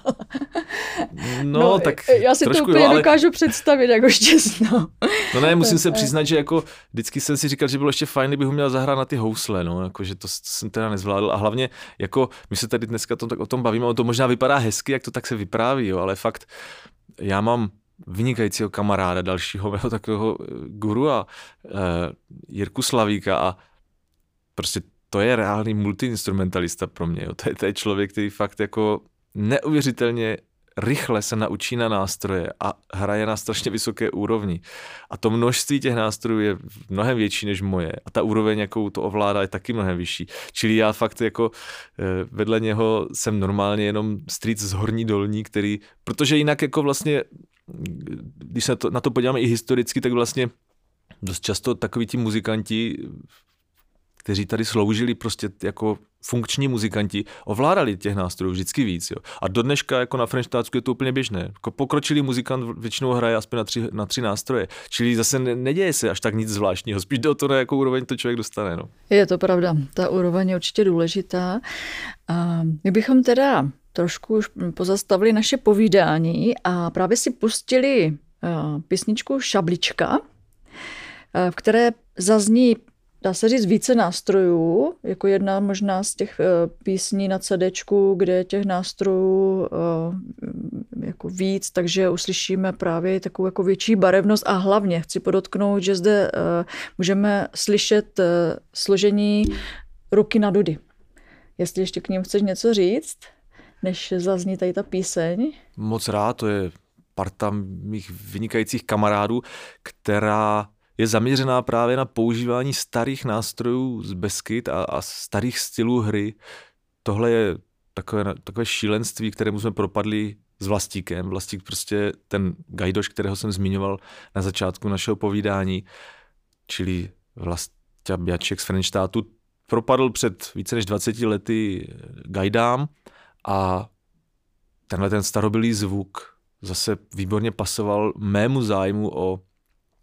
No, no tak já si trošku, to úplně jo, ale... dokážu představit jako štěstno. No ne, musím se přiznat, že jako vždycky jsem si říkal, že bylo ještě fajn, kdybych ho měl zahrát na ty housle, no, jako, že to, to jsem teda nezvládl a hlavně jako my se tady dneska to, tak o tom bavíme, to možná vypadá hezky, jak to tak se vypráví, jo, ale fakt já mám vynikajícího kamaráda, dalšího mého takového guru a uh, Jirku Slavíka a prostě to je reálný multiinstrumentalista pro mě, jo. To je, to je člověk, který fakt jako neuvěřitelně rychle se naučí na nástroje a hraje na strašně vysoké úrovni. A to množství těch nástrojů je mnohem větší než moje. A ta úroveň, jakou to ovládá, je taky mnohem vyšší. Čili já fakt jako vedle něho jsem normálně jenom strýc z horní dolní, který, protože jinak jako vlastně, když se na to, na to podíváme i historicky, tak vlastně dost často takoví ti muzikanti, kteří tady sloužili prostě jako funkční muzikanti, ovládali těch nástrojů vždycky víc. Jo. A do dneška jako na Frenštátsku je to úplně běžné. Jako pokročilý muzikant většinou hraje aspoň na tři, na tři nástroje. Čili zase neděje se až tak nic zvláštního. Spíš do toho, na jakou úroveň to člověk dostane. No. Je to pravda. Ta úroveň je určitě důležitá. A my bychom teda trošku už pozastavili naše povídání a právě si pustili písničku Šablička, v které zazní, dá se říct, více nástrojů, jako jedna možná z těch písní na CDčku, kde je těch nástrojů jako víc, takže uslyšíme právě takovou jako větší barevnost a hlavně chci podotknout, že zde můžeme slyšet složení ruky na dudy. Jestli ještě k ním chceš něco říct, než zazní tady ta píseň. Moc rád, to je parta mých vynikajících kamarádů, která je zaměřená právě na používání starých nástrojů z Beskyd a, a starých stylů hry. Tohle je takové, takové šílenství, kterému jsme propadli s Vlastíkem. Vlastík prostě ten gajdoš, kterého jsem zmiňoval na začátku našeho povídání, čili Vlastia Bjaček z Frenštátu, propadl před více než dvaceti lety gajdám a tenhle ten starobylý zvuk zase výborně pasoval mému zájmu o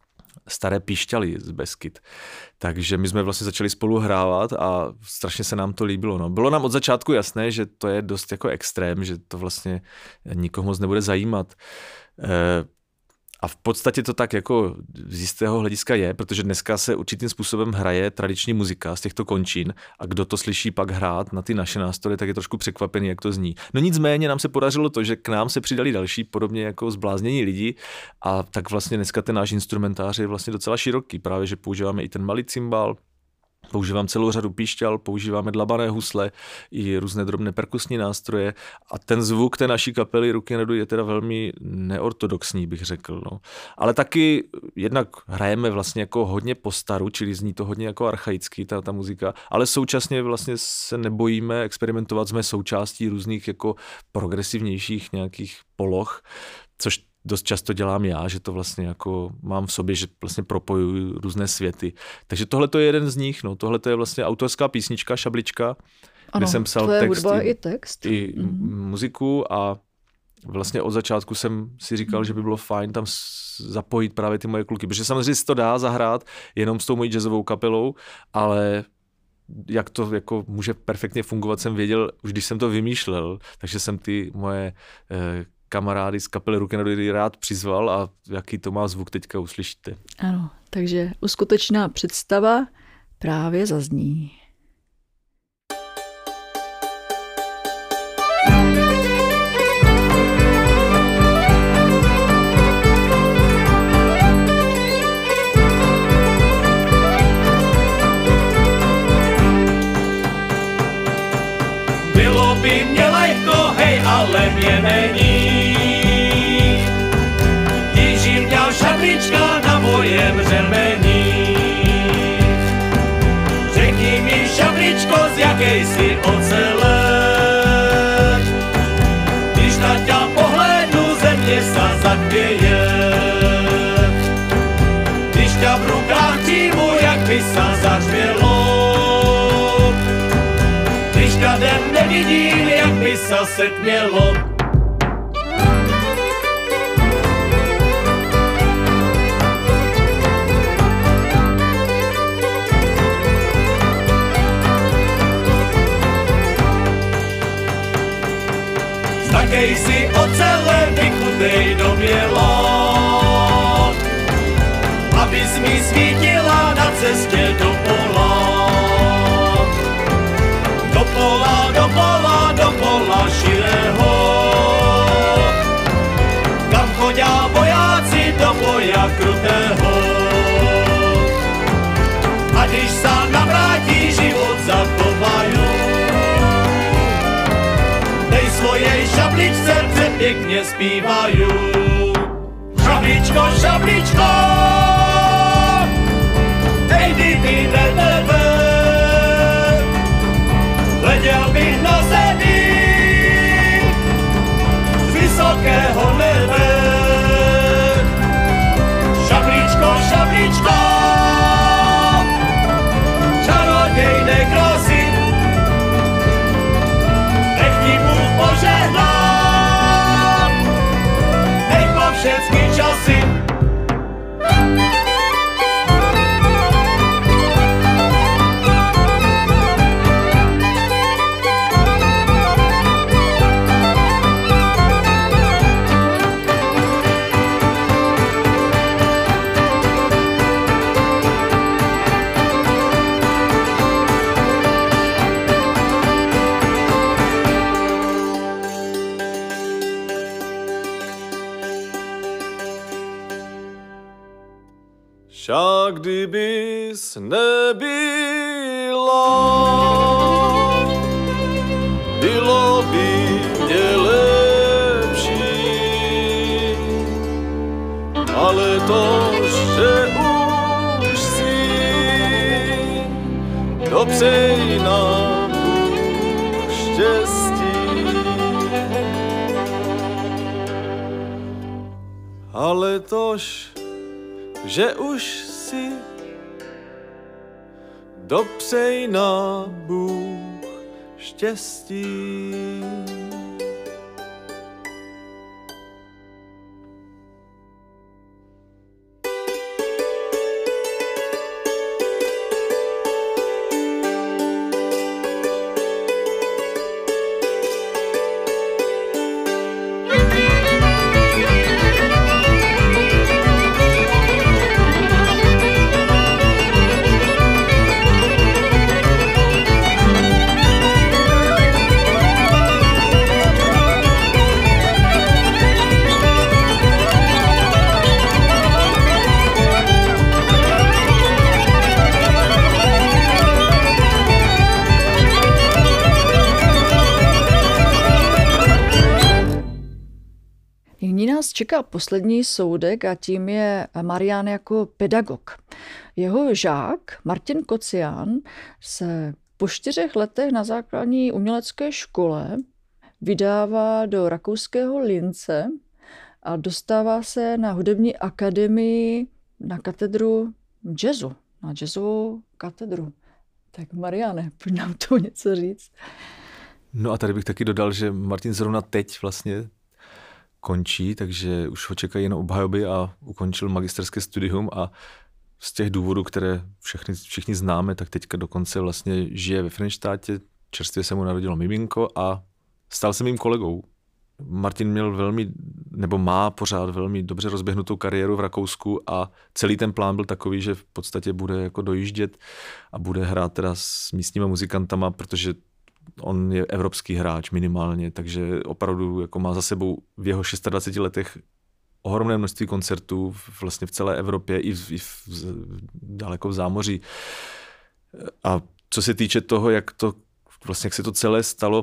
staré píšťaly z Beskyd. Takže my jsme vlastně začali spolu hrávat a strašně se nám to líbilo. No. Bylo nám od začátku jasné, že to je dost jako extrém, že to vlastně nikoho moc nebude zajímat. E, A v podstatě to tak jako z jistého hlediska je, protože dneska se určitým způsobem hraje tradiční muzika z těchto končin a kdo to slyší pak hrát na ty naše nástroje, tak je trošku překvapený, jak to zní. No nicméně nám se podařilo to, že k nám se přidali další podobně jako zbláznění lidi a tak vlastně dneska ten náš instrumentář je vlastně docela široký, právě že používáme i ten malý cymbal, používám celou řadu píšťal, používáme dlabané husle i různé drobné perkusní nástroje a ten zvuk té naší kapely Ruky Nedu je teda velmi neortodoxní, bych řekl. No. Ale taky jednak hrajeme vlastně jako hodně po staru, čili zní to hodně jako archaický, ta, ta muzika, ale současně vlastně se nebojíme experimentovat, jsme součástí různých jako progresivnějších nějakých poloh, což dost často dělám já, že to vlastně jako mám v sobě, že vlastně propojuju různé světy. Takže tohle to je jeden z nich, no. Tohle to je vlastně autorská písnička, Šablička, ano, kde jsem psal text hudba i, i text. i mm-hmm. muziku a vlastně od začátku jsem si říkal, mm. že by bylo fajn tam zapojit právě ty moje kluky, protože samozřejmě si to dá zahrát jenom s tou mojí jazzovou kapelou, ale jak to jako může perfektně fungovat, jsem věděl, už když jsem to vymýšlel, takže jsem ty moje eh, kamarády z kapely Ruky Nedu rád přizval a jaký to má zvuk teďka uslyšíte. Ano, takže uskutečná představa právě zazní. Bylo by mě lehko, hej, ale mě není. Jiží měl šablička na mojem řemení. Řekni mi, šabličko, z jakej jsi ocele. Když na tě pohlédnu, země sa zakvěje. Když tě v rukách přijmu, jak by sa zařvělo. Když kadem nevidím, jak by sa setmělo. Takej si ocele vykutej do bělo, abys mi svítila na cestě do pola. Do pola, do pola, do pola širého, kam chodá vojáci do boja krutého. A když sa navrátí, život zachovajú, dej svojej šabličce přepěkně zpívajú. Šabličko, šabličko, ej, kdyby ne tebe, letěl bych na zemi z vysokého nebe. Šabličko, šabličko, čarodějné krásy, nech ti Bůh požehná, nech po všechny časy. Však kdybys nebyla, bylo by mě lepší, ale to, že už si dopřej nám Bůh štěstí. Ale tož, že už si dopřej nám Bůh štěstí. čeká poslední soudek a tím je Marian jako pedagog. Jeho žák Martin Kocián se po čtyřech letech na základní umělecké škole vydává do rakouského Lince a dostává se na hudební akademii na katedru jazzu, na jazzovou katedru. Tak Mariane, pojď nám to něco říct. No a tady bych taky dodal, že Martin zrovna teď vlastně končí, takže už ho čekají jen obhajoby a ukončil magisterské studium a z těch důvodů, které všechny, všichni známe, tak teďka dokonce vlastně žije ve Frenštátě, čerstvě se mu narodilo miminko a stal se mým kolegou. Martin měl velmi, nebo má pořád velmi dobře rozběhnutou kariéru v Rakousku a celý ten plán byl takový, že v podstatě bude jako dojíždět a bude hrát teda s místníma muzikantama, protože on je evropský hráč minimálně, takže opravdu jako má za sebou v jeho dvaceti šesti letech ohromné množství koncertů vlastně v celé Evropě i v, i v, daleko v zámoří. A co se týče toho, jak to vlastně jak se to celé stalo,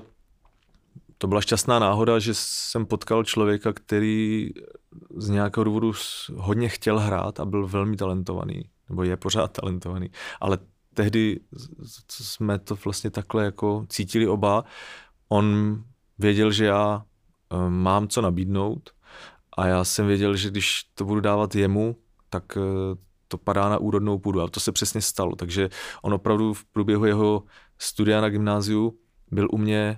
to byla šťastná náhoda, že jsem potkal člověka, který z nějakého důvodu hodně chtěl hrát a byl velmi talentovaný, nebo je pořád talentovaný, ale tehdy jsme to vlastně takhle jako cítili oba. On věděl, že já mám co nabídnout a já jsem věděl, že když to budu dávat jemu, tak to padá na úrodnou půdu a to se přesně stalo. Takže on opravdu v průběhu jeho studia na gymnáziu byl u mě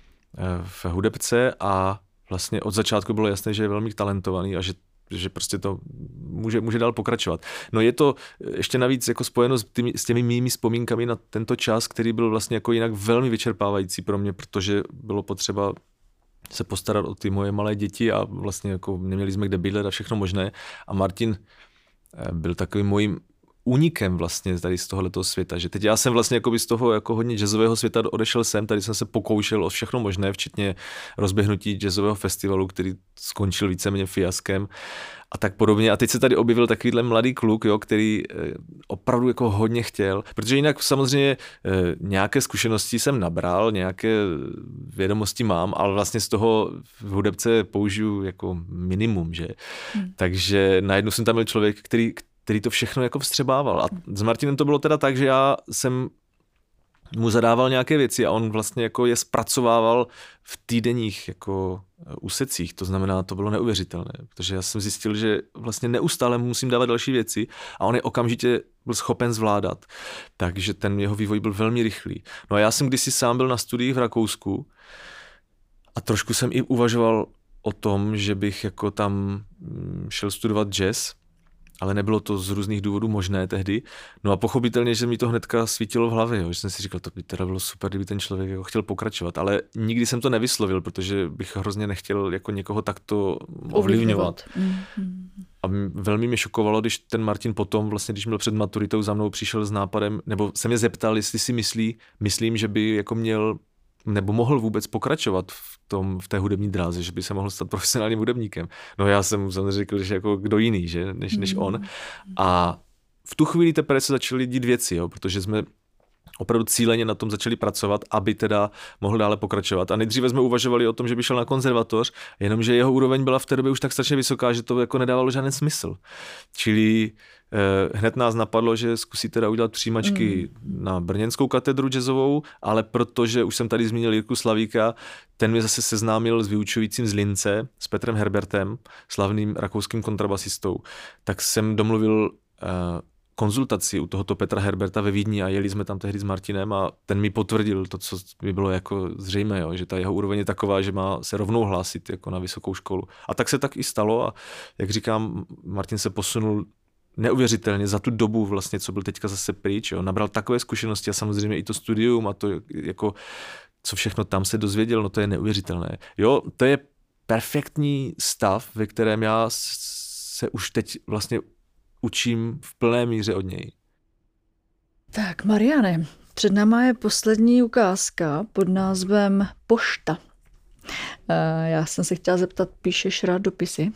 v hudebce a vlastně od začátku bylo jasné, že je velmi talentovaný a že že prostě to může, může dál pokračovat. No je to ještě navíc jako spojeno s, tými, s těmi mými vzpomínkami na tento čas, který byl vlastně jako jinak velmi vyčerpávající pro mě, protože bylo potřeba se postarat o ty moje malé děti a vlastně jako neměli jsme kde bydlet a všechno možné. A Martin byl takovým mojím únikem vlastně tady z tohoto světa, že teď já jsem vlastně jako by z toho jako hodně jazzového světa odešel sem, tady jsem se pokoušel o všechno možné, včetně rozběhnutí jazzového festivalu, který skončil víceméně fiaskem a tak podobně. A teď se tady objevil takovýhle mladý kluk, jo, který opravdu jako hodně chtěl, protože jinak samozřejmě nějaké zkušenosti jsem nabral, nějaké vědomosti mám, ale vlastně z toho v hudebce použiju jako minimum, že? Hmm. Takže najednou jsem tam byl člověk, který který to všechno jako vstřebával. A s Martinem to bylo teda tak, že já jsem mu zadával nějaké věci a on vlastně jako je zpracovával v týdenních jako úsecích. To znamená, to bylo neuvěřitelné, protože já jsem zjistil, že vlastně neustále musím dávat další věci a on je okamžitě byl schopen zvládat. Takže ten jeho vývoj byl velmi rychlý. No a já jsem kdysi sám byl na studiích v Rakousku a trošku jsem i uvažoval o tom, že bych jako tam šel studovat jazz, ale nebylo to z různých důvodů možné tehdy. No a pochopitelně, že mi to hnedka svítilo v hlavě, jo. Že jsem si říkal, to by teda bylo super, kdyby ten člověk jako chtěl pokračovat, ale nikdy jsem to nevyslovil, protože bych hrozně nechtěl jako někoho takto ovlivňovat. Mm-hmm. A velmi mě šokovalo, když ten Martin potom, vlastně když byl před maturitou za mnou, přišel s nápadem, nebo se mě zeptal, jestli si myslí, myslím, že by jako měl nebo mohl vůbec pokračovat v tom, v té hudební dráze, že by se mohl stát profesionálním hudebníkem. No já jsem mu samozřejmě řekl, že jako kdo jiný, že, než, než on. A v tu chvíli teprve se začaly dít věci, jo, protože jsme opravdu cíleně na tom začali pracovat, aby teda mohl dále pokračovat. A nejdříve jsme uvažovali o tom, že by šel na konzervatoř, jenomže jeho úroveň byla v té době už tak strašně vysoká, že to jako nedávalo žádný smysl. Čili eh, hned nás napadlo, že zkusí teda udělat přijímačky mm. na brněnskou katedru jazzovou, ale protože už jsem tady zmínil Jirku Slavíka, ten mě zase seznámil s vyučujícím z Lince, s Petrem Herbertem, slavným rakouským kontrabasistou, tak jsem domluvil eh, konzultaci u tohoto Petra Herberta ve Vídni a jeli jsme tam tehdy s Martinem a ten mi potvrdil to, co by bylo jako zřejmé, jo, že ta jeho úroveň je taková, že má se rovnou hlásit jako na vysokou školu. A tak se tak i stalo a jak říkám, Martin se posunul neuvěřitelně za tu dobu vlastně, co byl teďka zase pryč, jo, nabral takové zkušenosti a samozřejmě i to studium a to jako, co všechno tam se dozvěděl, no to je neuvěřitelné. Jo, to je perfektní stav, ve kterém já se už teď vlastně učím v plné míře od něj. Tak, Mariane, před náma je poslední ukázka pod názvem Pošta. Já jsem se chtěla zeptat, píšeš rád dopisy?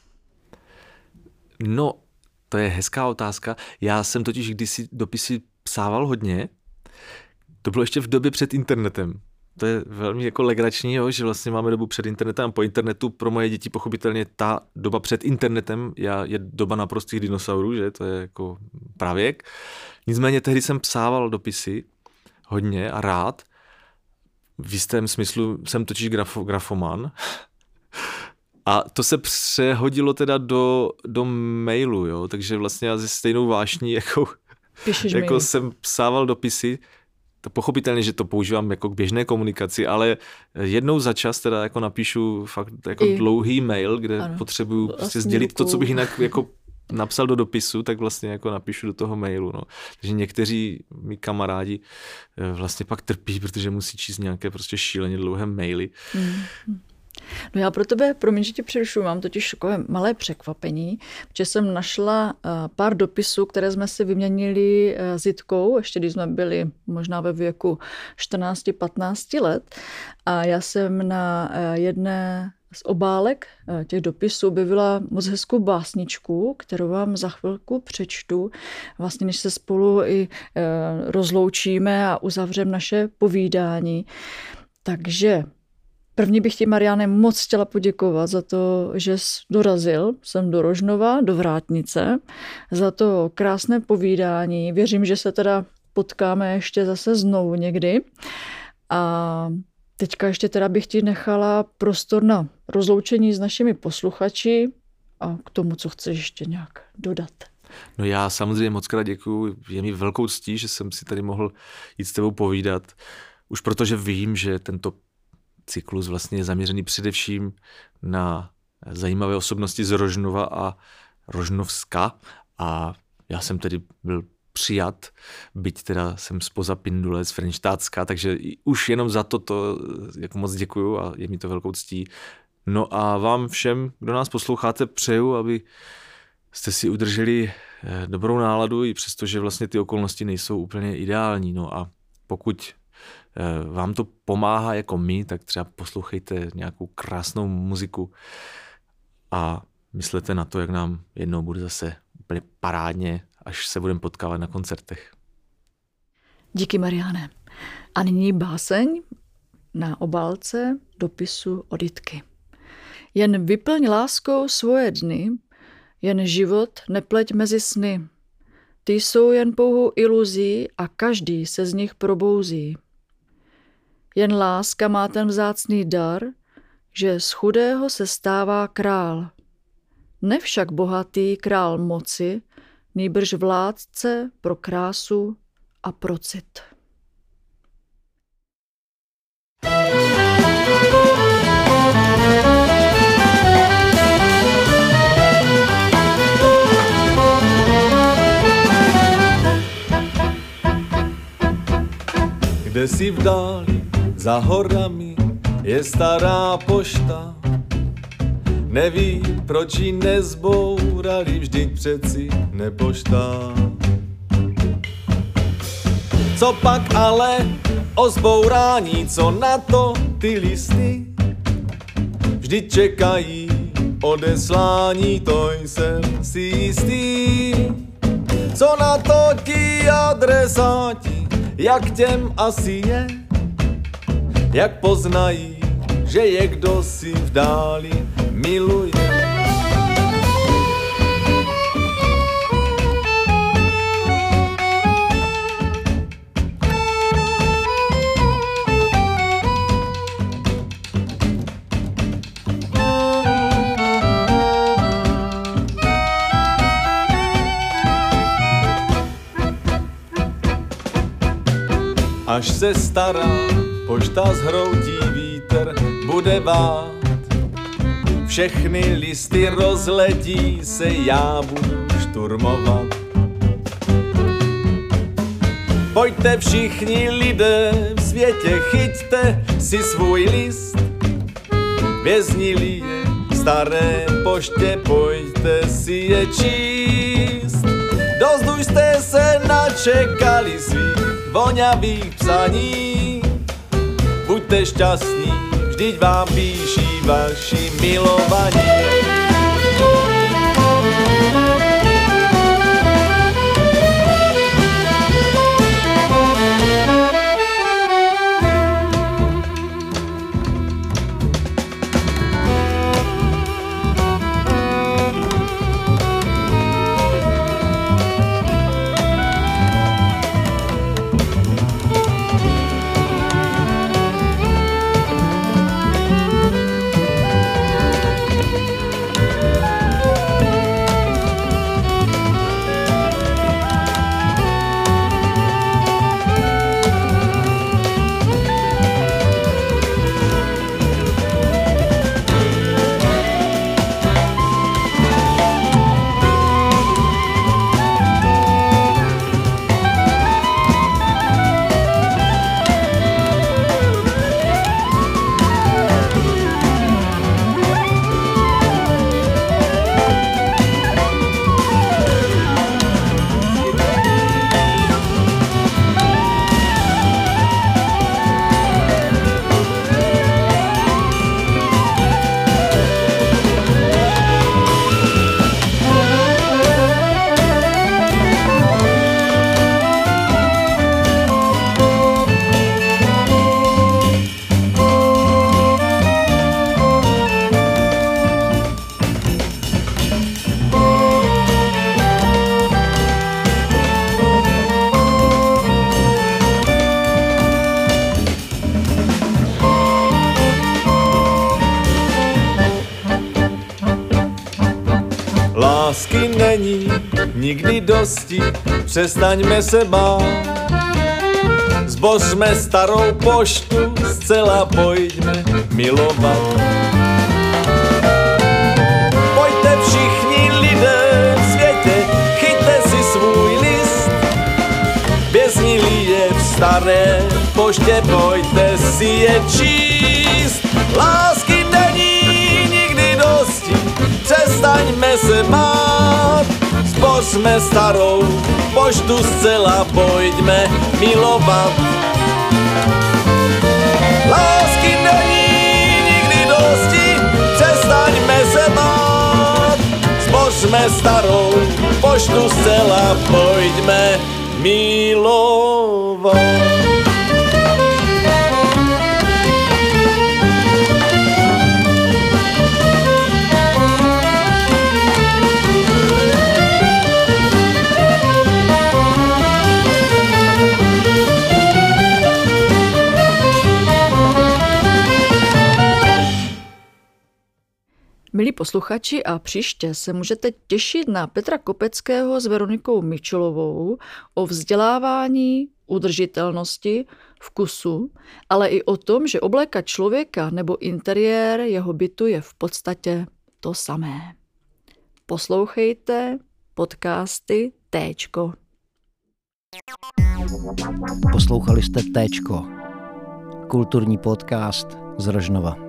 No, to je hezká otázka. Já jsem totiž kdysi dopisy psával hodně. To bylo ještě v době před internetem. to je velmi jako legrační, jo, že vlastně máme dobu před internetem a po internetu. Pro moje děti pochopitelně ta doba před internetem je doba naprostých dinosaurů, že to je jako pravěk. Nicméně tehdy jsem psával dopisy hodně a rád. V jistém smyslu jsem totiž grafo, grafoman. A to se přehodilo teda do, do mailu, jo, takže vlastně já se stejnou vášní, jako, jako jsem psával dopisy. To pochopitelně, že to používám jako k běžné komunikaci, ale jednou za čas teda jako napíšu fakt jako I... dlouhý mail, kde ano, potřebuju prostě sdělit to, co bych jinak jako napsal do dopisu, tak vlastně jako napíšu do toho mailu. No. Takže někteří mý kamarádi vlastně pak trpí, protože musí číst nějaké prostě šíleně dlouhé maily. Mm. No já pro tebe, promiň, že tě přerušuju, mám totiž takové malé překvapení, protože jsem našla pár dopisů, které jsme si vyměnili s Jitkou, ještě když jsme byli možná ve věku čtrnáct patnáct let. A já jsem na jedné z obálek těch dopisů objevila moc hezkou básničku, kterou vám za chvilku přečtu, vlastně než se spolu i rozloučíme a uzavřeme naše povídání. Takže první bych ti, Mariane, moc chtěla poděkovat za to, že jsi dorazil sem do Rožnova, do Vrátnice, za to krásné povídání. Věřím, že se teda potkáme ještě zase znovu někdy. A teďka ještě teda bych ti nechala prostor na rozloučení s našimi posluchači a k tomu, co chceš ještě nějak dodat. No já samozřejmě moc krát děkuju. Je mi velkou ctí, že jsem si tady mohl jít s tebou povídat. Už protože vím, že tento cyklus vlastně je zaměřený především na zajímavé osobnosti z Rožnova a Rožnovska a já jsem tedy byl přijat, byť teda jsem spoza Pindule z Frenštátska, takže už jenom za toto jako moc děkuju a je mi to velkou ctí. No a vám všem, kdo nás posloucháte, přeju, aby jste si udrželi dobrou náladu, i přesto, že vlastně ty okolnosti nejsou úplně ideální. No a pokud vám to pomáhá jako my, tak třeba poslouchejte nějakou krásnou muziku a myslete na to, jak nám jednou bude zase úplně parádně, až se budeme potkávat na koncertech. Díky, Mariane. A nyní báseň na obálce dopisu od Jitky. Jen vyplň láskou svoje dny, jen život nepleť mezi sny. Ty jsou jen pouhou iluzí a každý se z nich probouzí. Jen láska má ten vzácný dar, že z chudého se stává král. Ne však bohatý král moci, nýbrž vládce pro krásu a pro cit. Kde si v dáli za horami je stará pošta. Neví, proč ji nezbourali, vždyť přeci nepošta. Co pak ale o zbourání, co na to ty listy? Vždyť čekají odeslání, to jsem si jistý. Co na to ti adresáti, jak těm asi je? Jak poznají, že je kdo si v dáli miluje? Až se stará pošta zhroutí, vítr bude vát, všechny listy rozletí se, já budu šturmovat. Pojďte všichni lidé v světě, chyťte si svůj list, věznili je v staré poště, pojďte si je číst. Dost už jste se načekali svých voňavých psaní, buďte šťastní, vždyť vám píší vaši milovaní. Lásky není nikdy dosti, přestaňme se bát. Zbořme starou poštu, zcela pojďme milovat. Pojďte všichni lidé v světě, chyťte si svůj list. Věznili je v staré poště, pojďte si je číst. Lásky není nikdy dosti, přestaňme se bát. Zbořme starou poštu, zcela pojďme milovat. Lásky není nikdy dosti, přestaňme se bát. Zbořme starou poštu, zcela pojďme milovat. Milí posluchači, a příště se můžete těšit na Petra Kopeckého s Veronikou Mičolovou o vzdělávání, udržitelnosti, vkusu, ale i o tom, že oblékat člověka nebo interiér jeho bytu je v podstatě to samé. Poslouchejte podcasty Téčko. Poslouchali jste Téčko, kulturní podcast z Rožnova.